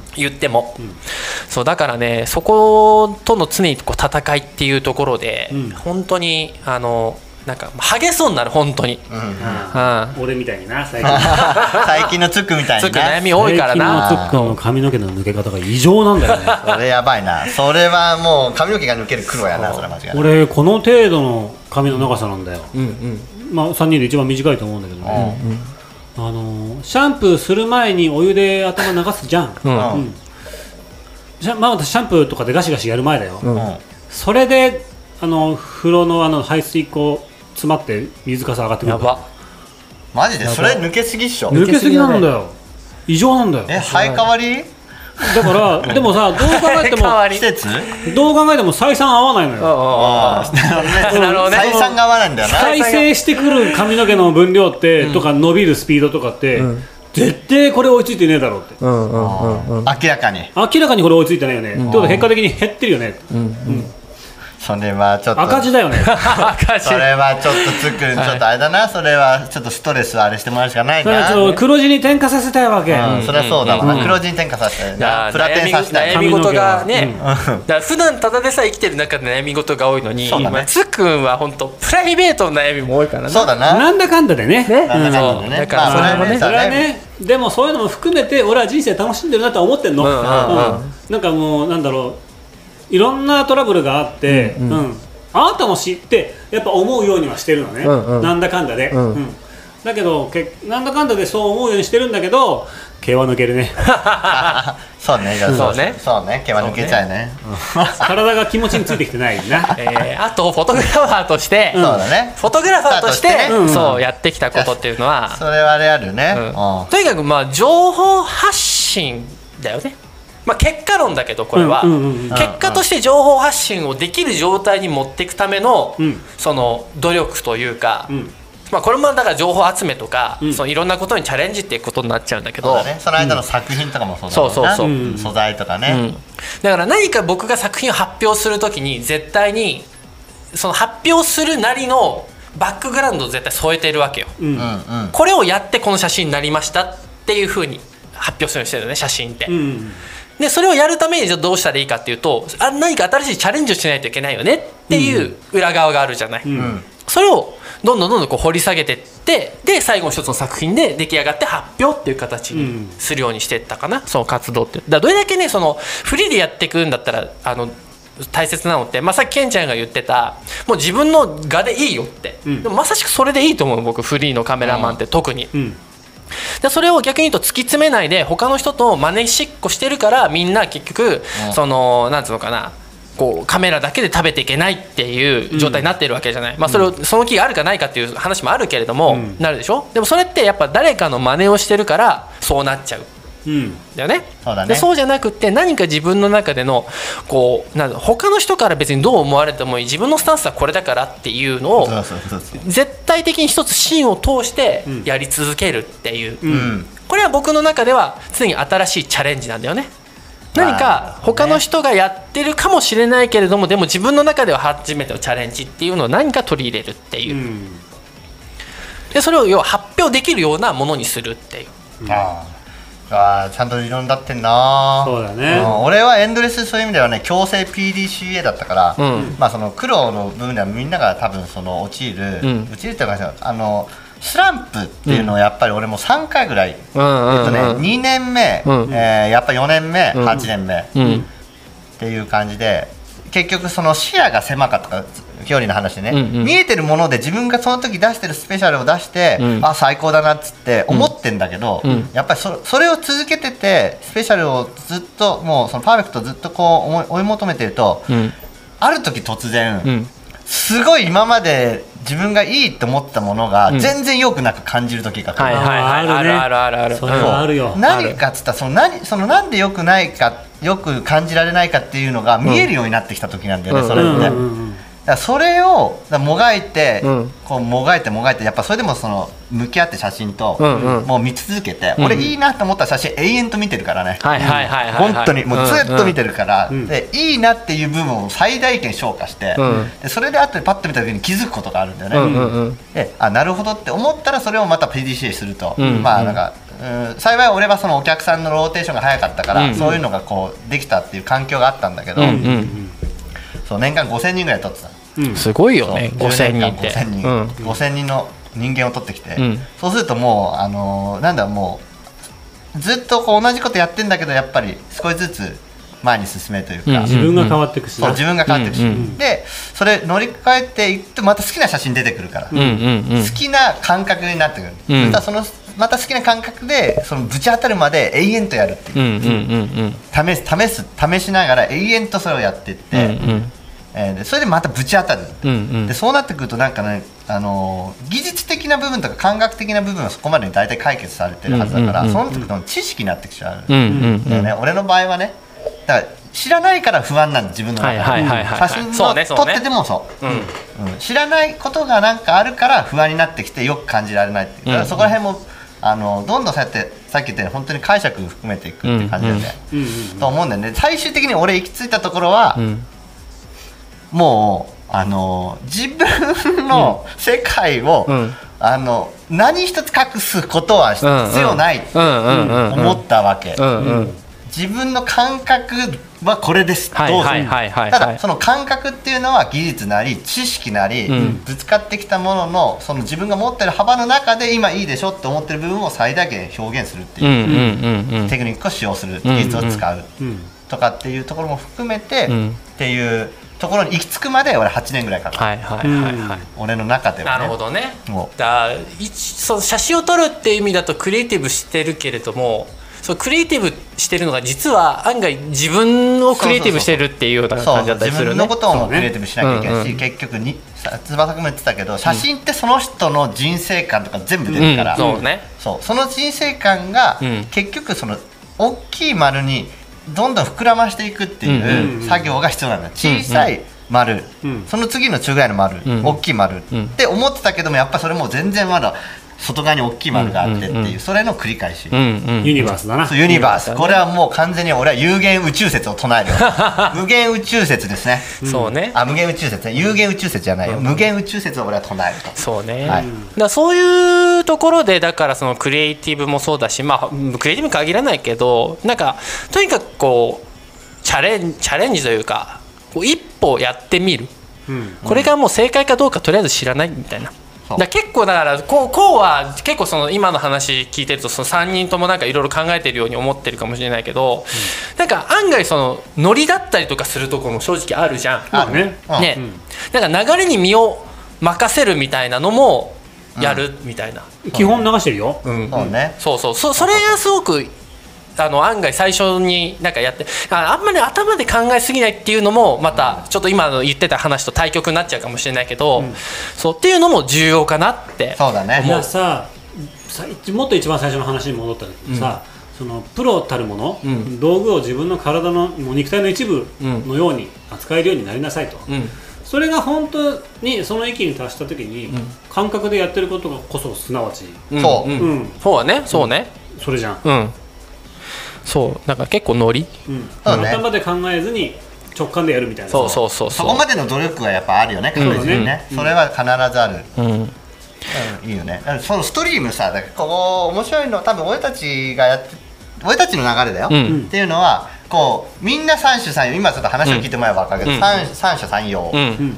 Speaker 2: 言っても、うん、そうだからねそことの常にこう戦いっていうところで、うん、本当にあのなんか激しそうになる本当に、うんうん
Speaker 4: うん、俺みたいにな最近
Speaker 3: 最近のツックみたいに
Speaker 2: ツック悩み多いからな。
Speaker 4: 最近のツックの髪の毛の抜け方が異常なんだよね
Speaker 3: それやばいな。それはもう髪の毛が抜ける黒やな。それは間違いない。
Speaker 4: 俺この程度の髪の長さなんだよ、うんうん、まあさんにんで一番短いと思うんだけどね、うんうん、あのシャンプーする前にお湯で頭流すじゃん、うんうん、シャまあ、私シャンプーとかでガシガシやる前だよ、うん、それであの風呂のあの排水口詰まって水かさ上がってくる。
Speaker 2: やば
Speaker 3: マジでそれ抜けすぎっしょ。
Speaker 4: 抜けすぎなんだよ。異常なんだよ。
Speaker 3: え生え変わり
Speaker 4: だからでもさどう考えても
Speaker 3: 季節
Speaker 4: どう考えても採算合わないのよ。
Speaker 3: ああなるほどね。採算が合わないんだよな。
Speaker 4: 再生してくる髪の毛の分量って、うん、とか伸びるスピードとかって、うん、絶対これ追いついてねえだろうって、うん
Speaker 3: うんうんうん、明らかに
Speaker 4: 明らかにこれ追いついてないよね、うん、ってことは結果的に減ってるよね、うんうんうん、
Speaker 3: それはちょっと
Speaker 4: 赤字だよね
Speaker 2: 赤字。
Speaker 3: それはちょっとつく、はい、ちょっとあれだな。それはちょっとストレスあれしてもらうしかないな。
Speaker 4: それ黒字に転嫁させたいわけ、
Speaker 3: うん、それはそうだわな、うん、黒字に転嫁させたいな、プラテンさせたい。
Speaker 2: 悩み事がね、うん、だから普段ただでさえ生きてる中で悩み事が多いのに、ね、まあ、つっくんは本当プライベートの悩みも多いからな。
Speaker 3: そうだな、
Speaker 4: なんだかんだでね、
Speaker 2: ね、
Speaker 3: なんだかんだでね、
Speaker 2: だからそれはね、
Speaker 4: それはね、でもそういうのも含めて俺は人生楽しんでるなと思ってんの、うんうんうん、なんかもうなんだろう、いろんなトラブルがあって、うんうんうん、あなたも知ってやっぱ思うようにはしてるのね、うんうん、なんだかんだで、うんうん、だけどけなんだかんだでそう思うようにしてるんだけど毛は抜けるね
Speaker 3: そうね、じゃあそうね、そうね、毛は抜けちゃうね、
Speaker 4: 体が気持ちについてきてないな、
Speaker 2: えー、あとフォトグラファーとして、
Speaker 3: うん、そうだね、
Speaker 2: フォトグラファーとして、ね、うん、そうやってきたことっていうのは
Speaker 3: それはあれあるね、うん、
Speaker 2: とにかくまあ情報発信だよね。まあ、結果論だけどこれは、うんうんうんうん、結果として情報発信をできる状態に持っていくための、うん、その努力というか、うん、まあ、これもだから情報集めとか、うん、そのいろんなことにチャレンジっていうことになっちゃうんだけど、
Speaker 3: そうだね、その間の作品とかもそうだもんな、
Speaker 2: そうそうそう、
Speaker 3: うん、素材とかね、うん、
Speaker 2: だから何か僕が作品を発表するときに絶対にその発表するなりのバックグラウンドを絶対添えてるわけよ、うんうん、これをやってこの写真になりましたっていうふうに発表するようにしてるよね、写真って、うん、でそれをやるためにじゃあどうしたらいいかっていうと、あ何か新しいチャレンジをしないといけないよねっていう裏側があるじゃない、うんうん、それをどんどんどんどんこう掘り下げていって、で最後の一つの作品で出来上がって発表っていう形にするようにしていったかな、うん、その活動って。だからどれだけねそのフリーでやっていくんだったらあの大切なのって、まあ、さっきケンちゃんが言ってたもう自分の画でいいよって、うん、でもまさしくそれでいいと思う僕、フリーのカメラマンって特に、うん、でそれを逆に言うと突き詰めないで他の人と真似しっこしてるからみんな結局、うん、そのなんつうのかな、 こうカメラだけで食べていけないっていう状態になっているわけじゃない、うん、まあ、それをその気があるかないかっていう話もあるけれども、うん、なるでしょ。でもそれってやっぱ誰かの真似をしてるからそうなっちゃう、うん、だよね。そうだね。でそうじゃなくって何か自分の中でのこうなん他の人から別にどう思われてもいい自分のスタンスはこれだからっていうのを絶対的に一つ芯を通してやり続けるっていう、うん、これは僕の中では常に新しいチャレンジなんだよね。何か他の人がやってるかもしれないけれども、でも自分の中では初めてのチャレンジっていうのを何か取り入れるっていう、うん、でそれを要は発表できるようなものにするっていう、うん、
Speaker 3: ああちゃんと理論だってんな。
Speaker 4: そうだね、
Speaker 3: うん、俺はエンドレスそういう意味ではね強制 ピーディーシーエー だったから、うん、まあその苦労の部分ではみんなが多分その陥る、うん、陥るっていうかあのスランプっていうのをやっぱり俺もさんかいぐらい、うん、えっとね、にねんめ、うん、えー、やっぱよねんめ、うん、はちねんめ、うん、っていう感じで結局その視野が狭かったから距離の話でね、うんうん、見えてるもので自分がその時出してるスペシャルを出して、うん、あ最高だなっつって思ってんだけど、うん、やっぱり そ, それを続けててスペシャルをずっともうそのパーフェクトをずっとこう 追, い追い求めてると、うん、ある時突然、うん、すごい今まで自分がいいと思ったものが全然良くなく感じる時が来る、
Speaker 2: はいはいはい、あるあるあるある、
Speaker 4: それはあるよ。
Speaker 3: 何かっつったらその何そのなんで良くないかよく感じられないかっていうのが見えるようになってきた時なんだよね、うん、それって、うんうんうん、だからそれをもがいて、うん、こうもがいてもがいてやっぱそれでもその向き合って写真と、うんうん、もう見続けて、うん、俺いいなと思った写真永遠と見てるからね、はいはいはいはい、本当にもうずっと見てるから、うんうん、でいいなっていう部分を最大限消化して、うん、でそれで後でパッと見た時に気づくことがあるんだよね、うんうんうん、であなるほどって思ったらそれをまた ピーディーシーエー すると、うん、まあなんかうん、幸い俺はそのお客さんのローテーションが早かったから、うんうん、そういうのがこうできたっていう環境があったんだけど、うんうん、そう年間ごせんにんぐらい取ってた、
Speaker 2: うん、すごいよねごせんにんってごせんにん、うん、
Speaker 3: ごせんにんの人間を取ってきて、うん、そうするともう、あのー、なんだもうずっとこう同じことやってんだけどやっぱり少しずつ前に進めるというか、うん、
Speaker 4: 自分が変わっていくし、
Speaker 3: そう自分が変わっていくし、うんうん、でそれ乗り換えていってまた好きな写真出てくるから、うんうんうん、好きな感覚になってくる、うん、そしたらそのまた好きな感覚でそのぶち当たるまで永遠とやるっていう、うんうんうんうん、試す試す試しながら永遠とそれをやっていって、うんうん、えー、でそれでまたぶち当たる、うんうん、でそうなってくるとなんかね、あのー、技術的な部分とか感覚的な部分はそこまでに大体解決されてるはずだから、うんうんうんうん、そうなってくると知識になってきちゃう、うんうんうん、でね、俺の場合はねだから知らないから不安なんで自分の中で、はいはいはいはい、写真を撮っててもそう、うんうん、知らないことがなんかあるから不安になってきてよく感じられないっていう、だからそこら辺もあのどんどんそうやってさっき言ったように本当に解釈含めていくっていう感じで、ね、うんうん、と思うんだよね。最終的に俺行き着いたところは、うん、もうあの自分の世界を、うん、あの何一つ隠すことは必要ないって思ったわけ。自分の感覚はこれです、どうぞ。ただその感覚っていうのは技術なり知識なり、うん、ぶつかってきたもののその自分が持ってる幅の中で今いいでしょって思ってる部分を最大限表現するっていうテクニックを使用する、技術を使うとかっていうところも含めて、うん、っていうところに行き着くまで俺はちねんぐらいかかる、はいはいはいはい、俺の中ではね。
Speaker 2: なるほどね。だその写真を撮るっていう意味だとクリエイティブしてるけれども、そうクリエイティブしてるのが実は案外自分をクリエイティブしてるっていうような感じだったりするね。
Speaker 3: 自分のことをクリエイティブしなきゃいけないし、ね、うんうん、結局に翼君も言ってたけど写真ってその人の人生観とか全部出るから、うんうん、そうね、そうその人生観が結局その大きい丸にどんどん膨らましていくっていう作業が必要なんだ。小さい丸、うんうん、その次の中ぐらいの丸、うん、大きい丸、うん、って思ってたけどもやっぱりそれも全然まだ外側に大きい丸があってっていう、うんうんうん、それの繰り返し、うん
Speaker 4: うん、ユニバースだな。
Speaker 3: そうユニバース、これはもう完全に俺は有限宇宙説を唱えるよ無限宇宙説ですね、
Speaker 2: うん、そうね、
Speaker 3: あ無限宇宙説ね、有限宇宙説じゃないよ、うん、無限宇宙説を俺は唱えると。
Speaker 2: そうね、はい、だそういうところでだからそのクリエイティブもそうだし、まあクリエイティブに限らないけどなんかとにかくこうチャレン、チャレンジというかこう一歩やってみる、うん、これがもう正解かどうかとりあえず知らないみたいな。だ結構だからこう、こうは結構その今の話聞いてるとそのさんにんともなんかいろいろ考えてるように思ってるかもしれないけど、うん、なんか案外そのノリだったりとかするところも正直あるじゃん。あね、ね、うん、なんか流れに身を任せるみたいなのもやるみたいな、
Speaker 4: うん、基本流してるよ、
Speaker 2: うんうん、そうね、そうそう、そそれがすごくあの案外最初になんかやってあんまり頭で考えすぎないっていうのもまたちょっと今の言ってた話と対極になっちゃうかもしれないけど、うん、そうっていうのも重要かなって
Speaker 3: そうだね。
Speaker 4: いやさもっと一番最初の話に戻ったらさ、うん、そのプロたるもの、うん、道具を自分の体のもう肉体の一部のように扱えるようになりなさいと、うん、それが本当にその域に達した時に、うん、感覚でやってることがこそすなわち、
Speaker 2: うん、そう、うん、そうはねそうね、
Speaker 4: うん、それじゃん、
Speaker 2: うん、そうなんか結構ノリ、
Speaker 4: うん、頭で考えずに直感でやるみたいな、
Speaker 2: そうそうそう
Speaker 3: そうそこまでの努力はやっぱあるよね、確実にね、うん、それは必ずある、うんうん、いいよね。そのストリームさ、だからここ面白いの多分俺たちがやって俺たちの流れだよ、うん、っていうのはこうみんな三種三様、今ちょっと話を聞いてもらえば分かるけど、うん、三, 三者三様、うん、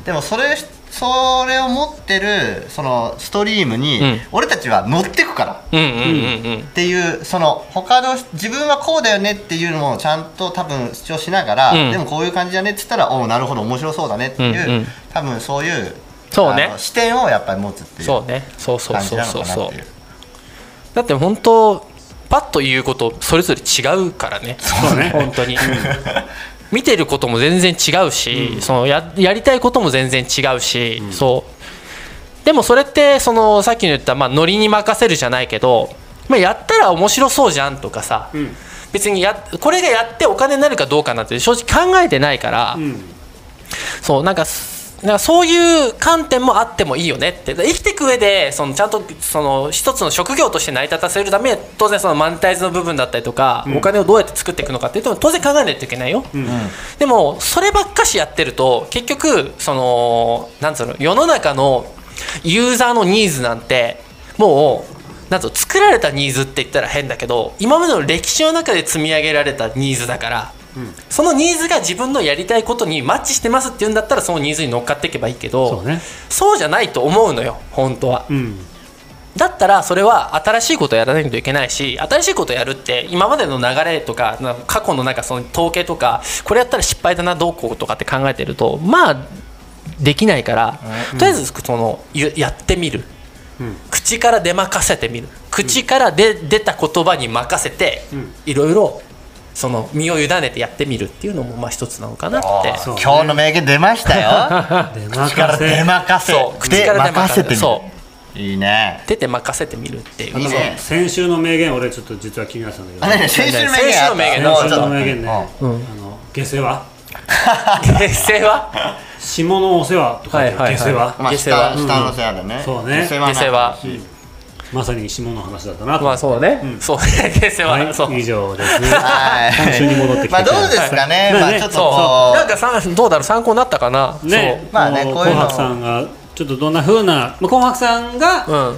Speaker 3: でもそれそれを持ってるそのストリームに、うん、俺たちは乗ってくから、うんうんうんうん、っていうその他の自分はこうだよねっていうのをちゃんと多分主張しながら、うん、でもこういう感じだねって言ったらおおなるほど面白そうだねっていう、うんうん、多分そういう
Speaker 2: そうね、
Speaker 3: 視点をやっぱり持つっていう
Speaker 2: そうねそうそうそうそうそうだって本当パッと言うことそれぞれ違うからね
Speaker 4: そうね
Speaker 2: 本当に見てることも全然違うし、うん、その や, やりたいことも全然違うし、うん、そうでもそれってそのさっきの言った、まあ、ノリに任せるじゃないけど、まあ、やったら面白そうじゃんとかさ、うん、別にやこれがやってお金になるかどうかなんて正直考えてないから、うん、そうなんかだからそういう観点もあってもいいよねって生きていく上でそのちゃんとその一つの職業として成り立たせるために当然そのマネタイズの部分だったりとか、うん、お金をどうやって作っていくのかっていうのも当然考えないといけないよ、うん、でもそればっかしやってると結局そのなんつうの世の中のユーザーのニーズなんてもうなんつうの作られたニーズって言ったら変だけど今までの歴史の中で積み上げられたニーズだからうん、そのニーズが自分のやりたいことにマッチしてますっていうんだったらそのニーズに乗っかっていけばいいけどそう、ね、そうじゃないと思うのよ本当は、うん、だったらそれは新しいことをやらないといけないし新しいことをやるって今までの流れとか過去のなんかその統計とかこれやったら失敗だなどうこうとかって考えてるとまあできないから、うん、とりあえずそのやってみる、うん、口から出まかせてみる口からで出た言葉に任せていろいろその身を委ねてやってみるっていうのもまあ一つなのかなって、ね、
Speaker 3: 今日の名言出ましたよ口から出まかせ
Speaker 2: そう口から出まかせてみる
Speaker 3: そういいね
Speaker 2: 出て任せてみるっていういい、
Speaker 4: ね、先週の名言俺ちょっと実は気になってたんだけど、
Speaker 3: ね、先週の名言
Speaker 2: 先週の名言
Speaker 4: 先週の名言ね、うん、あの下世話
Speaker 2: 下世話
Speaker 4: 下のお世話とか下世話
Speaker 3: 下世話下の世話だね、
Speaker 4: うん、そうね
Speaker 2: 下世話
Speaker 4: まさに下の話だったなと。
Speaker 2: まあそうね。うん、そうね。下世話、
Speaker 4: はい、
Speaker 2: そう
Speaker 4: 以上ですね。今週に戻ってきて。
Speaker 3: まあどうですかね。まあちょっと
Speaker 2: こうなんかさどうだろう参考になったかな。
Speaker 4: ね。まあねこういうの。紅白さんがちょっとどんな風な紅白さんが、うん、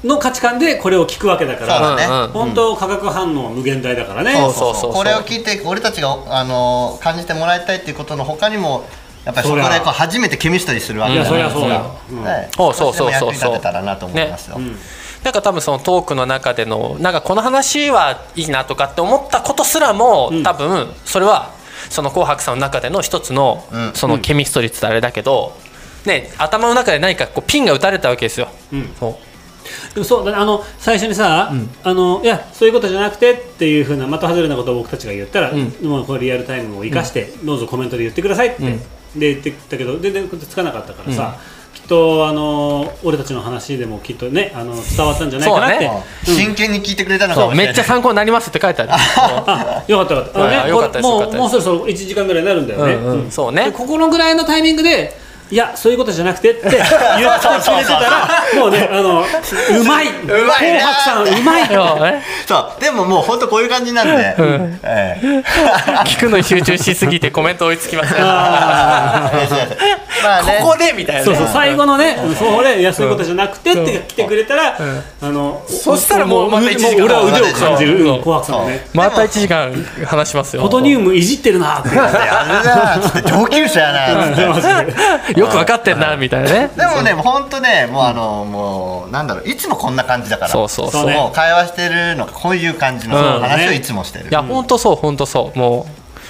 Speaker 4: の価値観でこれを聞くわけだから。そうだね。本当化学反応無限大だからね。
Speaker 3: そうそうそう。これを聞いて俺たちがあの感じてもらいたいっていうことの他にも。やっぱりそこでこう初めてケミストリーするわけだから、
Speaker 4: そうや
Speaker 2: そうそうそうそう
Speaker 3: 役に立てたらなと思いますよ。
Speaker 2: なんか多分そのトークの中でのなんかこの話はいいなとかって思ったことすらも多分それはその紅白さんの中での一つのそのケミストリーってあれだけどね頭の中で何かこうピンが打たれたわけですよ。そう
Speaker 4: でもそうあの最初にさ、うん、あのいやそういうことじゃなくてっていう風な的外れなことを僕たちが言ったら、うん、もうこれリアルタイムを生かして、うん、どうぞコメントで言ってくださいって、うん、で言ってたけど全然つかなかったからさ、うん、きっとあの俺たちの話でもきっとねあの伝わったんじゃないかなって、ね
Speaker 3: うん、真剣に聞いてくれたのかもしれない。
Speaker 2: めっちゃ参考になりますって書いてある。
Speaker 4: あよかったよかった、ね、よかったですもうもうそろそろいちじかんぐらいになるんだよね。
Speaker 2: うんうん、そうね。
Speaker 4: ここのぐらいのタイミングでいやそういうことじゃなくてって言ってくれてたらもうねあのうまい紅白さんうまい
Speaker 3: そうでももう本当こういう感じなんで、うん
Speaker 2: ええ、聞くのに集中しすぎてコメント追いつきましたまあ、ね、ここでみたいな、ね、
Speaker 4: そうそう最後のねそうねいやそういうことじゃなくてって来てくれたら、うん、あの
Speaker 2: そしたらもうまたいちじかん
Speaker 4: 俺は腕を感じる紅白さんね
Speaker 2: またいちじかん話しますよ。
Speaker 4: フォトニウムいじってるなって
Speaker 3: やるなつって上級者やな
Speaker 2: ってよく分かってんなみたいなね。
Speaker 3: でもね本当ねもうあのもうなんだろういつもこんな感じだから
Speaker 2: そうそうそう
Speaker 3: もう会話してるのこういう感じの話をいつもしてる。
Speaker 2: いや本当そう本当そうもう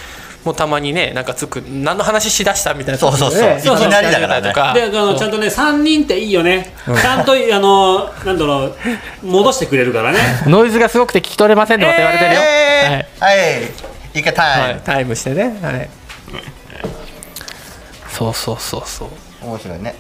Speaker 2: もうたまにねなんかつく何の話しだしたみたいな、
Speaker 3: そうそうそういきなりだからね。
Speaker 4: であのちゃんとねさんにんっていいよね、うん、ちゃんとあのなんだろう戻してくれるからね。
Speaker 2: ノイズがすごくて聞き取れませんとかって言われてるよ。
Speaker 3: えー、はい、はい、いいかタイム、はい、
Speaker 2: タイムしてね、はい、そうそうそうそう
Speaker 3: 面白いね。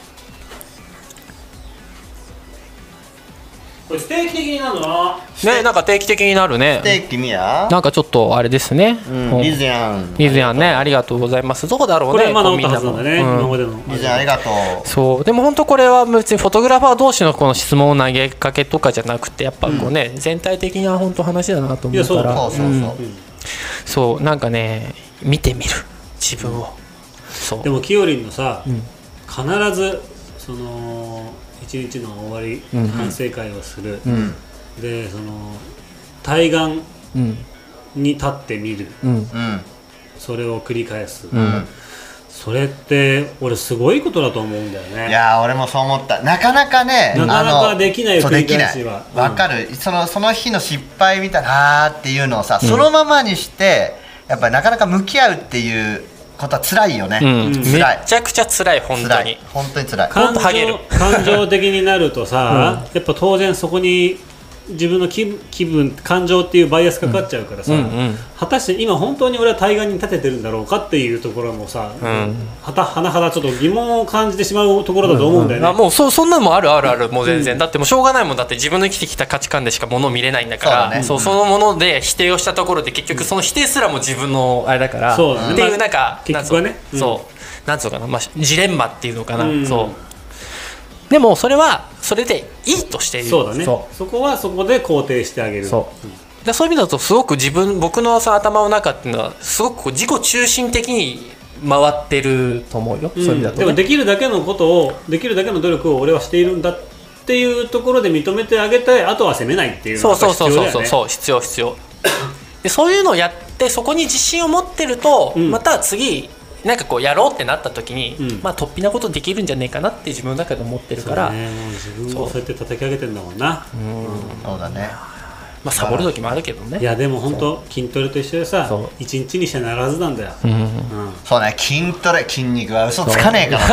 Speaker 4: これ定期的になるのな
Speaker 2: ね、なんか定期的になるね。
Speaker 3: 定期みや
Speaker 2: なんかちょっとあれですね、
Speaker 3: うん、リズヤン
Speaker 2: リズヤンね、ありがとうございます。どこだろうね、
Speaker 4: これまだ治ったはずなんだね、うん、今までの
Speaker 3: リズヤンありがとう。
Speaker 2: そうでも本当これは別にフォトグラファー同士のこの質問を投げかけとかじゃなくてやっぱこうね、うん、全体的な本当話だなと思うから、
Speaker 3: そうそうそうそう、うん、
Speaker 2: そうなんかね見てみる自分を、そう
Speaker 4: でもきよりんのさ、うん、必ずその一日の終わり、うん、反省会をする、うん、でその対岸に立ってみる、うん、それを繰り返す、うん、それって俺すごいことだと思うんだよね。
Speaker 3: いや俺もそう思った。なかなかね
Speaker 4: なかなかできない繰り返しは
Speaker 3: わかる、うん、そのその日の失敗みたいなあーっていうのをさ、うん、そのままにしてやっぱりなかなか向き合うっていうことは辛いよね、
Speaker 2: うん、辛い、めちゃくちゃ辛い、本当に
Speaker 3: 本当に辛い。
Speaker 4: 感情、感情的になるとさ、うん、やっぱ当然そこに自分の 気, 気分感情っていうバイアスかかっちゃうからさ、うんうんうん、果たして今本当に俺は対岸に立ててるんだろうかっていうところもさ、うん、はた甚だちょっと疑問を感じてしまうところだと思うんだよね、
Speaker 2: うんうん、あもう そ, そんなのもあるあるある、もう全然、うん、だってもうしょうがないもん。だって自分の生きてきた価値観でしか物を見れないんだから、 そう、ね、そうそのもので否定をしたところで結局その否定すらも自分のあれだから、うん、っていうなんか、
Speaker 4: まあ、結局はね、
Speaker 2: うん、そうなんつうのかな、まあ、ジレンマっていうのかな、うん、そうでもそれはそれでいいとしている。
Speaker 4: そうだね、そ, そこはそこで肯定してあげる。
Speaker 2: そう、うん、でそういう意味だとすごく自分僕のさ頭の中っていうのはすごくこう自己中心的に回ってると思うよ、うん、そういう意味だと、ね、
Speaker 4: でもできるだけのことをできるだけの努力を俺はしているんだっていうところで認めてあげたい。あとは責めないっていうのが必要だよね。そうそうそうそう必要必要でそういうのをやってそこに自信を持ってると、うん、また次なんかこうやろうってなった時に、うん、まあ突飛なことできるんじゃねえかなって自分の中で思ってるから、 そうね、もう自分をそうやって叩き上げてんだもんな。
Speaker 3: うん、うん、そうだね。
Speaker 2: まあサボる時もあるけどね。
Speaker 4: いやでも本当筋トレと一緒でさ、一日にしてならずなんだよ、うんうん、
Speaker 3: そうね、筋トレ筋肉は嘘つかねえから、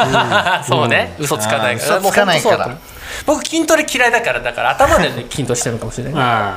Speaker 2: そうね、嘘つかないから、
Speaker 3: 嘘つかないから
Speaker 2: 僕筋トレ嫌いだから、だから頭で、ね、筋トレしてるのかもしれない。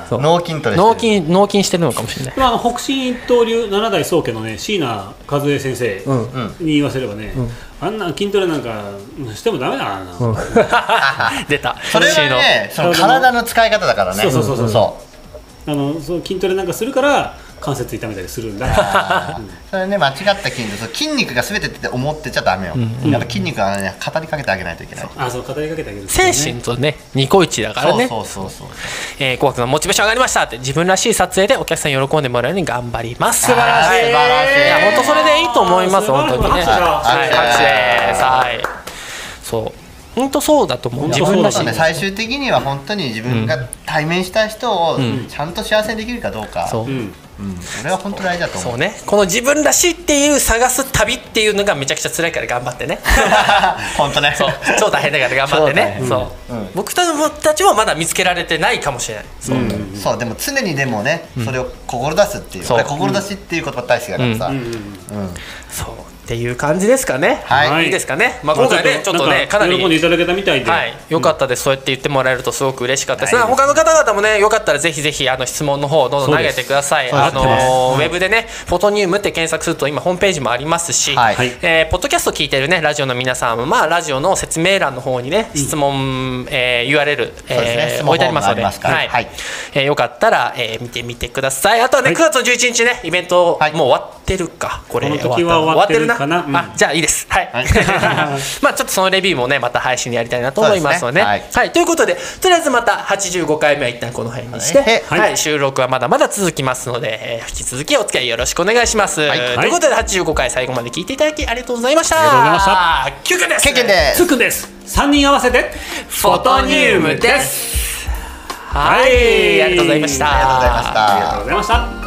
Speaker 2: そう
Speaker 3: 脳筋トレ
Speaker 2: 脳筋脳筋してるのかもしれない。
Speaker 4: あの北進一刀流七代宗家のね椎名和恵先生に言わせればね、うん、あんな筋トレなんかしてもダメだな、うん、
Speaker 2: 出た。
Speaker 3: それはね、その体の使い方だからね。
Speaker 4: そうそうそうそうそうあのそう筋トレなんかするから関節痛めたりするんだ、
Speaker 3: うん、それね間違った筋肉、筋肉が全てって思ってちゃダメよ、うん、やっぱ筋肉はね語りかけてあげないといけない。
Speaker 4: あそう語りかけてあげる、ね、
Speaker 2: 精神とねニコイチだからね。
Speaker 3: そうそうそうそう、
Speaker 2: えー、紅白のモチベーション上がりましたって自分らしい撮影でお客さんに喜んでもらえるように頑張ります。
Speaker 3: 素晴らしい、素晴らしい。
Speaker 2: いや本当それでいいと思います。本当にね、はい、拍手です。はい、そう本当そうだと思う。自分らしい、ね、
Speaker 3: 最終的には本当に自分が対面した人をちゃんと幸せにできるかどうか、うん、そう、うんうん、それは本当大事だと思う。
Speaker 2: そうね、この自分らしいっていう探す旅っていうのがめちゃくちゃ辛いから頑張ってね
Speaker 3: 本当ね、
Speaker 2: そう超大変だから頑張ってね。そう、うん、僕たちもまだ見つけられてないかもしれない。そう、うん、
Speaker 3: そうでも常にでもねそれを志すっていう、うん、志っていう言葉大好きだからさ、うんうんうんうん、
Speaker 2: そうっていう感じですかね。
Speaker 3: はい、
Speaker 2: いいですかね。まあ今回ねちょっとねかなり
Speaker 4: 喜んでいただけたみたいで、
Speaker 2: はい、よかったです。そうやって言ってもらえるとすごく嬉しかったです。他の方々もねよかったらぜひぜひあの質問の方どんどん投げてください。あのウェブでねフォトニウムって検索すると今ホームページもありますし、はい、えー、ポッドキャスト聞いてるねラジオの皆さんもまあラジオの説明欄の方にね質問、えー、ユーアールエル、えー、置いてありますので、はいはい、えー、よかったら、えー、見てみてください。あとはね、はい、くがつのじゅういちにちねイベント、はい、もう終わってるかこれ。
Speaker 4: この時は終わってるかな。
Speaker 2: 終わってるな、うん、あじゃあいいです。はい、はい、まあちょっとそのレビューもねまた配信でやりたいなと思いますので、ね、はい、はい、ということでとりあえずまたはちじゅうごかいめは一旦この辺にして、はいはい、収録はまだまだ続きますので、えー、引き続きお付き合いよろしくお願いします、はい、ということではちじゅうごかい最後まで聞いていただきありがとうございました。
Speaker 4: ありがとうございました。
Speaker 2: キュウくんです。
Speaker 3: ケンケンです。
Speaker 4: ツくんです。さんにん合わせて
Speaker 2: フォトニウムです。はい、ありがとうございました。
Speaker 3: ありがとうございました。
Speaker 4: ありがとうございました。